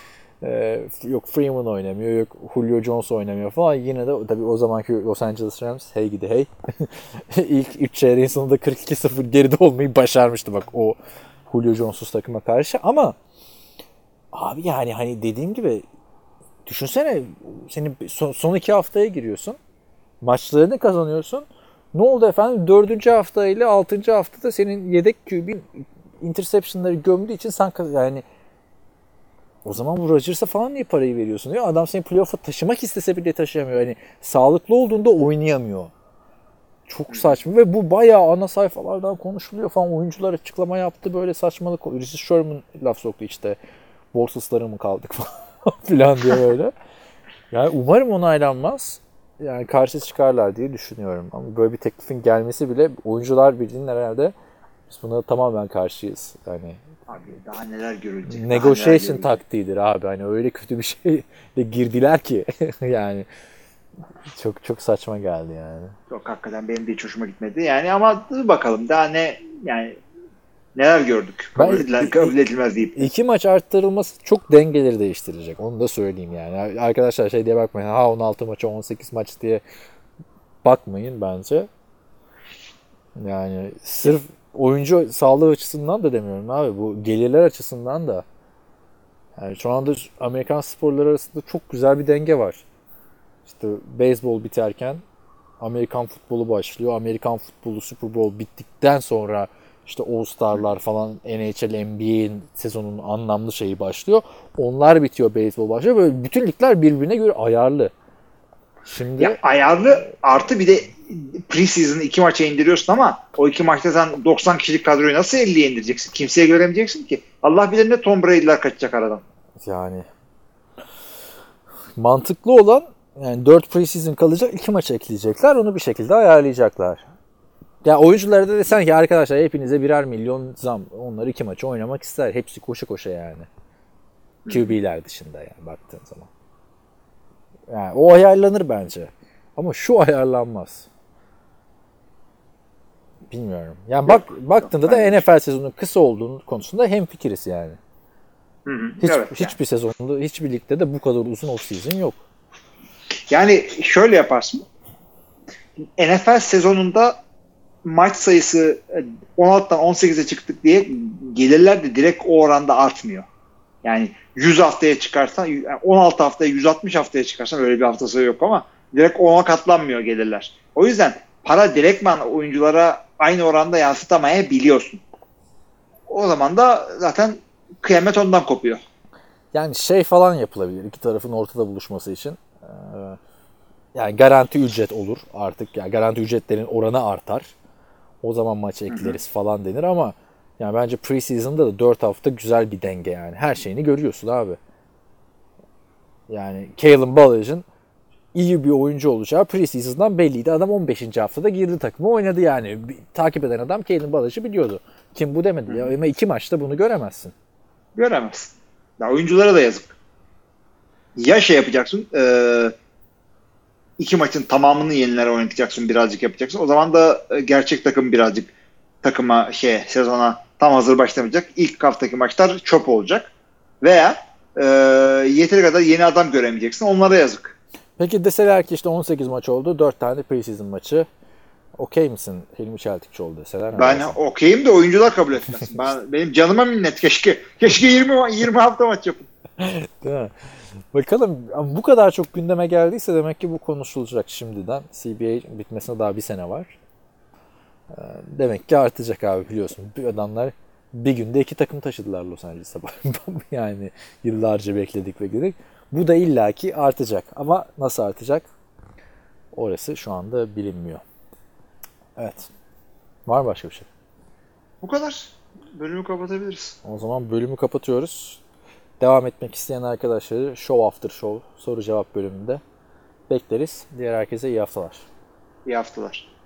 Yok Freeman oynamıyor, yok Julio Jones oynamıyor falan. Yine de tabii o zamanki Los Angeles Rams hey gidi hey. İlk 3 çeyreğin sonunda 42-0 geride olmayı başarmıştı bak o Julio Jones'uz takıma karşı. Ama abi yani hani dediğim gibi düşünsene, senin son 2 haftaya giriyorsun. Maçlarını kazanıyorsun. Ne oldu efendim? 4. hafta ile 6. haftada senin yedek QB'in interception'ları gömdüğü için sen yani o zaman bu Rodgers'a falan niye parayı veriyorsun diyor. Adam seni playoff'a taşımak istese bile taşıyamıyor. Yani sağlıklı olduğunda oynayamıyor. Çok saçma ve bu bayağı ana sayfalardan konuşuluyor falan. Oyuncular açıklama yaptı, böyle saçmalık. Richard Sherman laf soktu işte. Bortles'lara mı kaldık falan filan diye böyle. Yani umarım onaylanmaz. Yani karşı çıkarlar diye düşünüyorum. Ama böyle bir teklifin gelmesi bile Oyuncular Birliği'nin herhalde biz buna tamamen karşıyız. Yani Abi daha neler görülecek. negotiation taktiğidir abi. Hani öyle kötü bir şeyle girdiler ki yani çok çok saçma geldi yani. Yok hakikaten benim de hiç hoşuma gitmedi. Yani ama dur bakalım daha ne yani Neler gördük. Kabul, Ben- kabul edilmez deyip. 2 maç arttırılması çok dengeleri değiştirecek. Onu da söyleyeyim yani. Arkadaşlar şey diye bakmayın. 16 maça 18 maç diye bakmayın bence. Yani sırf oyuncu sağlığı açısından da demiyorum abi. Bu gelirler açısından da. Yani şu anda Amerikan sporları arasında çok güzel bir denge var. İşte beyzbol biterken Amerikan futbolu başlıyor. Amerikan futbolu Super Bowl bittikten sonra işte All Star'lar falan NHL, NBA'in sezonunun anlamlı şeyi başlıyor. Onlar bitiyor, beyzbol başlıyor. Böyle bütün ligler birbirine göre ayarlı. Şimdi Ya ayarlı artı bir de preseason'ı 2 maça indiriyorsun ama o 2 maçta sen 90 kişilik kadroyu nasıl 50'ye indireceksin? Kimseye göremeyeceksin ki. Allah bilir ne Tom Brady'ler kaçacak aradan. yani mantıklı olan yani 4 preseason kalacak, 2 maç ekleyecekler. Onu bir şekilde ayarlayacaklar. Ya oyunculara da desen ki arkadaşlar hepinize birer milyon zam. Onlar 2 maçı oynamak ister. Hepsi koşa koşa yani. QB'ler dışında yani baktığın zaman. Yani o ayarlanır bence. Ama şu ayarlanmaz. Bilmiyorum. Yani baktığında da NFL sezonunun kısa olduğunu konusunda hemfikiriz yani. Hiçbir sezonda, hiçbir ligde de bu kadar uzun off-season yok. Yani şöyle yaparsın. NFL sezonunda maç sayısı 16'dan 18'e çıktık diye gelirler de direkt o oranda artmıyor. Yani 100 haftaya çıkarsan 16 haftaya 160 haftaya çıkarsan öyle bir hafta sayı yok ama direkt 10'a katlanmıyor gelirler. O yüzden para direktman oyunculara aynı oranda yansıtamayabiliyorsun. O zaman da zaten kıyamet ondan kopuyor. Yani şey falan yapılabilir iki tarafın ortada buluşması için. Yani garanti ücret olur artık. Yani garanti ücretlerin oranı artar. O zaman maça ekleriz falan denir ama yani bence preseason'da da 4 hafta güzel bir denge yani. Her şeyini görüyorsun abi. Yani Kalen Balaj'ın iyi bir oyuncu olacağı preseason'dan belliydi. Adam 15. haftada girdi takıma oynadı yani. Takip eden adam Kalen Balaj'ı biliyordu. Kim bu demedi. Ya, ama 2 maçta bunu göremezsin. Göremezsin. Ya oyunculara da yazık. Ya şey yapacaksın 2 maçın tamamını yenilere oynatacaksın, birazcık yapacaksın. O zaman da gerçek takım birazcık takıma sezona tam hazır başlamayacak. İlk haftaki maçlar çöp olacak. Veya yeteri kadar yeni adam göremeyeceksin. Onlara yazık. Peki deseler ki işte 18 maç oldu. 4 tane preseason maçı. Okey misin? Hilmi Çeltikçioğlu deseler. Ben okeyim de oyuncular kabul etmez. Benim canıma minnet. Keşke 20 hafta maç yapın. Değil mi? Bakalım bu kadar çok gündeme geldiyse demek ki bu konuşulacak şimdiden. CBA bitmesine daha bir sene var. Demek ki artacak abi biliyorsun. Bu adamlar bir günde 2 takım taşıdılar Los Angeles'a. Yani yıllarca bekledik. Bu da illaki artacak. Ama nasıl artacak? Orası şu anda bilinmiyor. Evet. Var mı başka bir şey? Bu kadar. Bölümü kapatabiliriz. O zaman bölümü kapatıyoruz. Devam etmek isteyen arkadaşları Show After Show soru cevap bölümünde bekleriz. Diğer herkese iyi haftalar. İyi haftalar.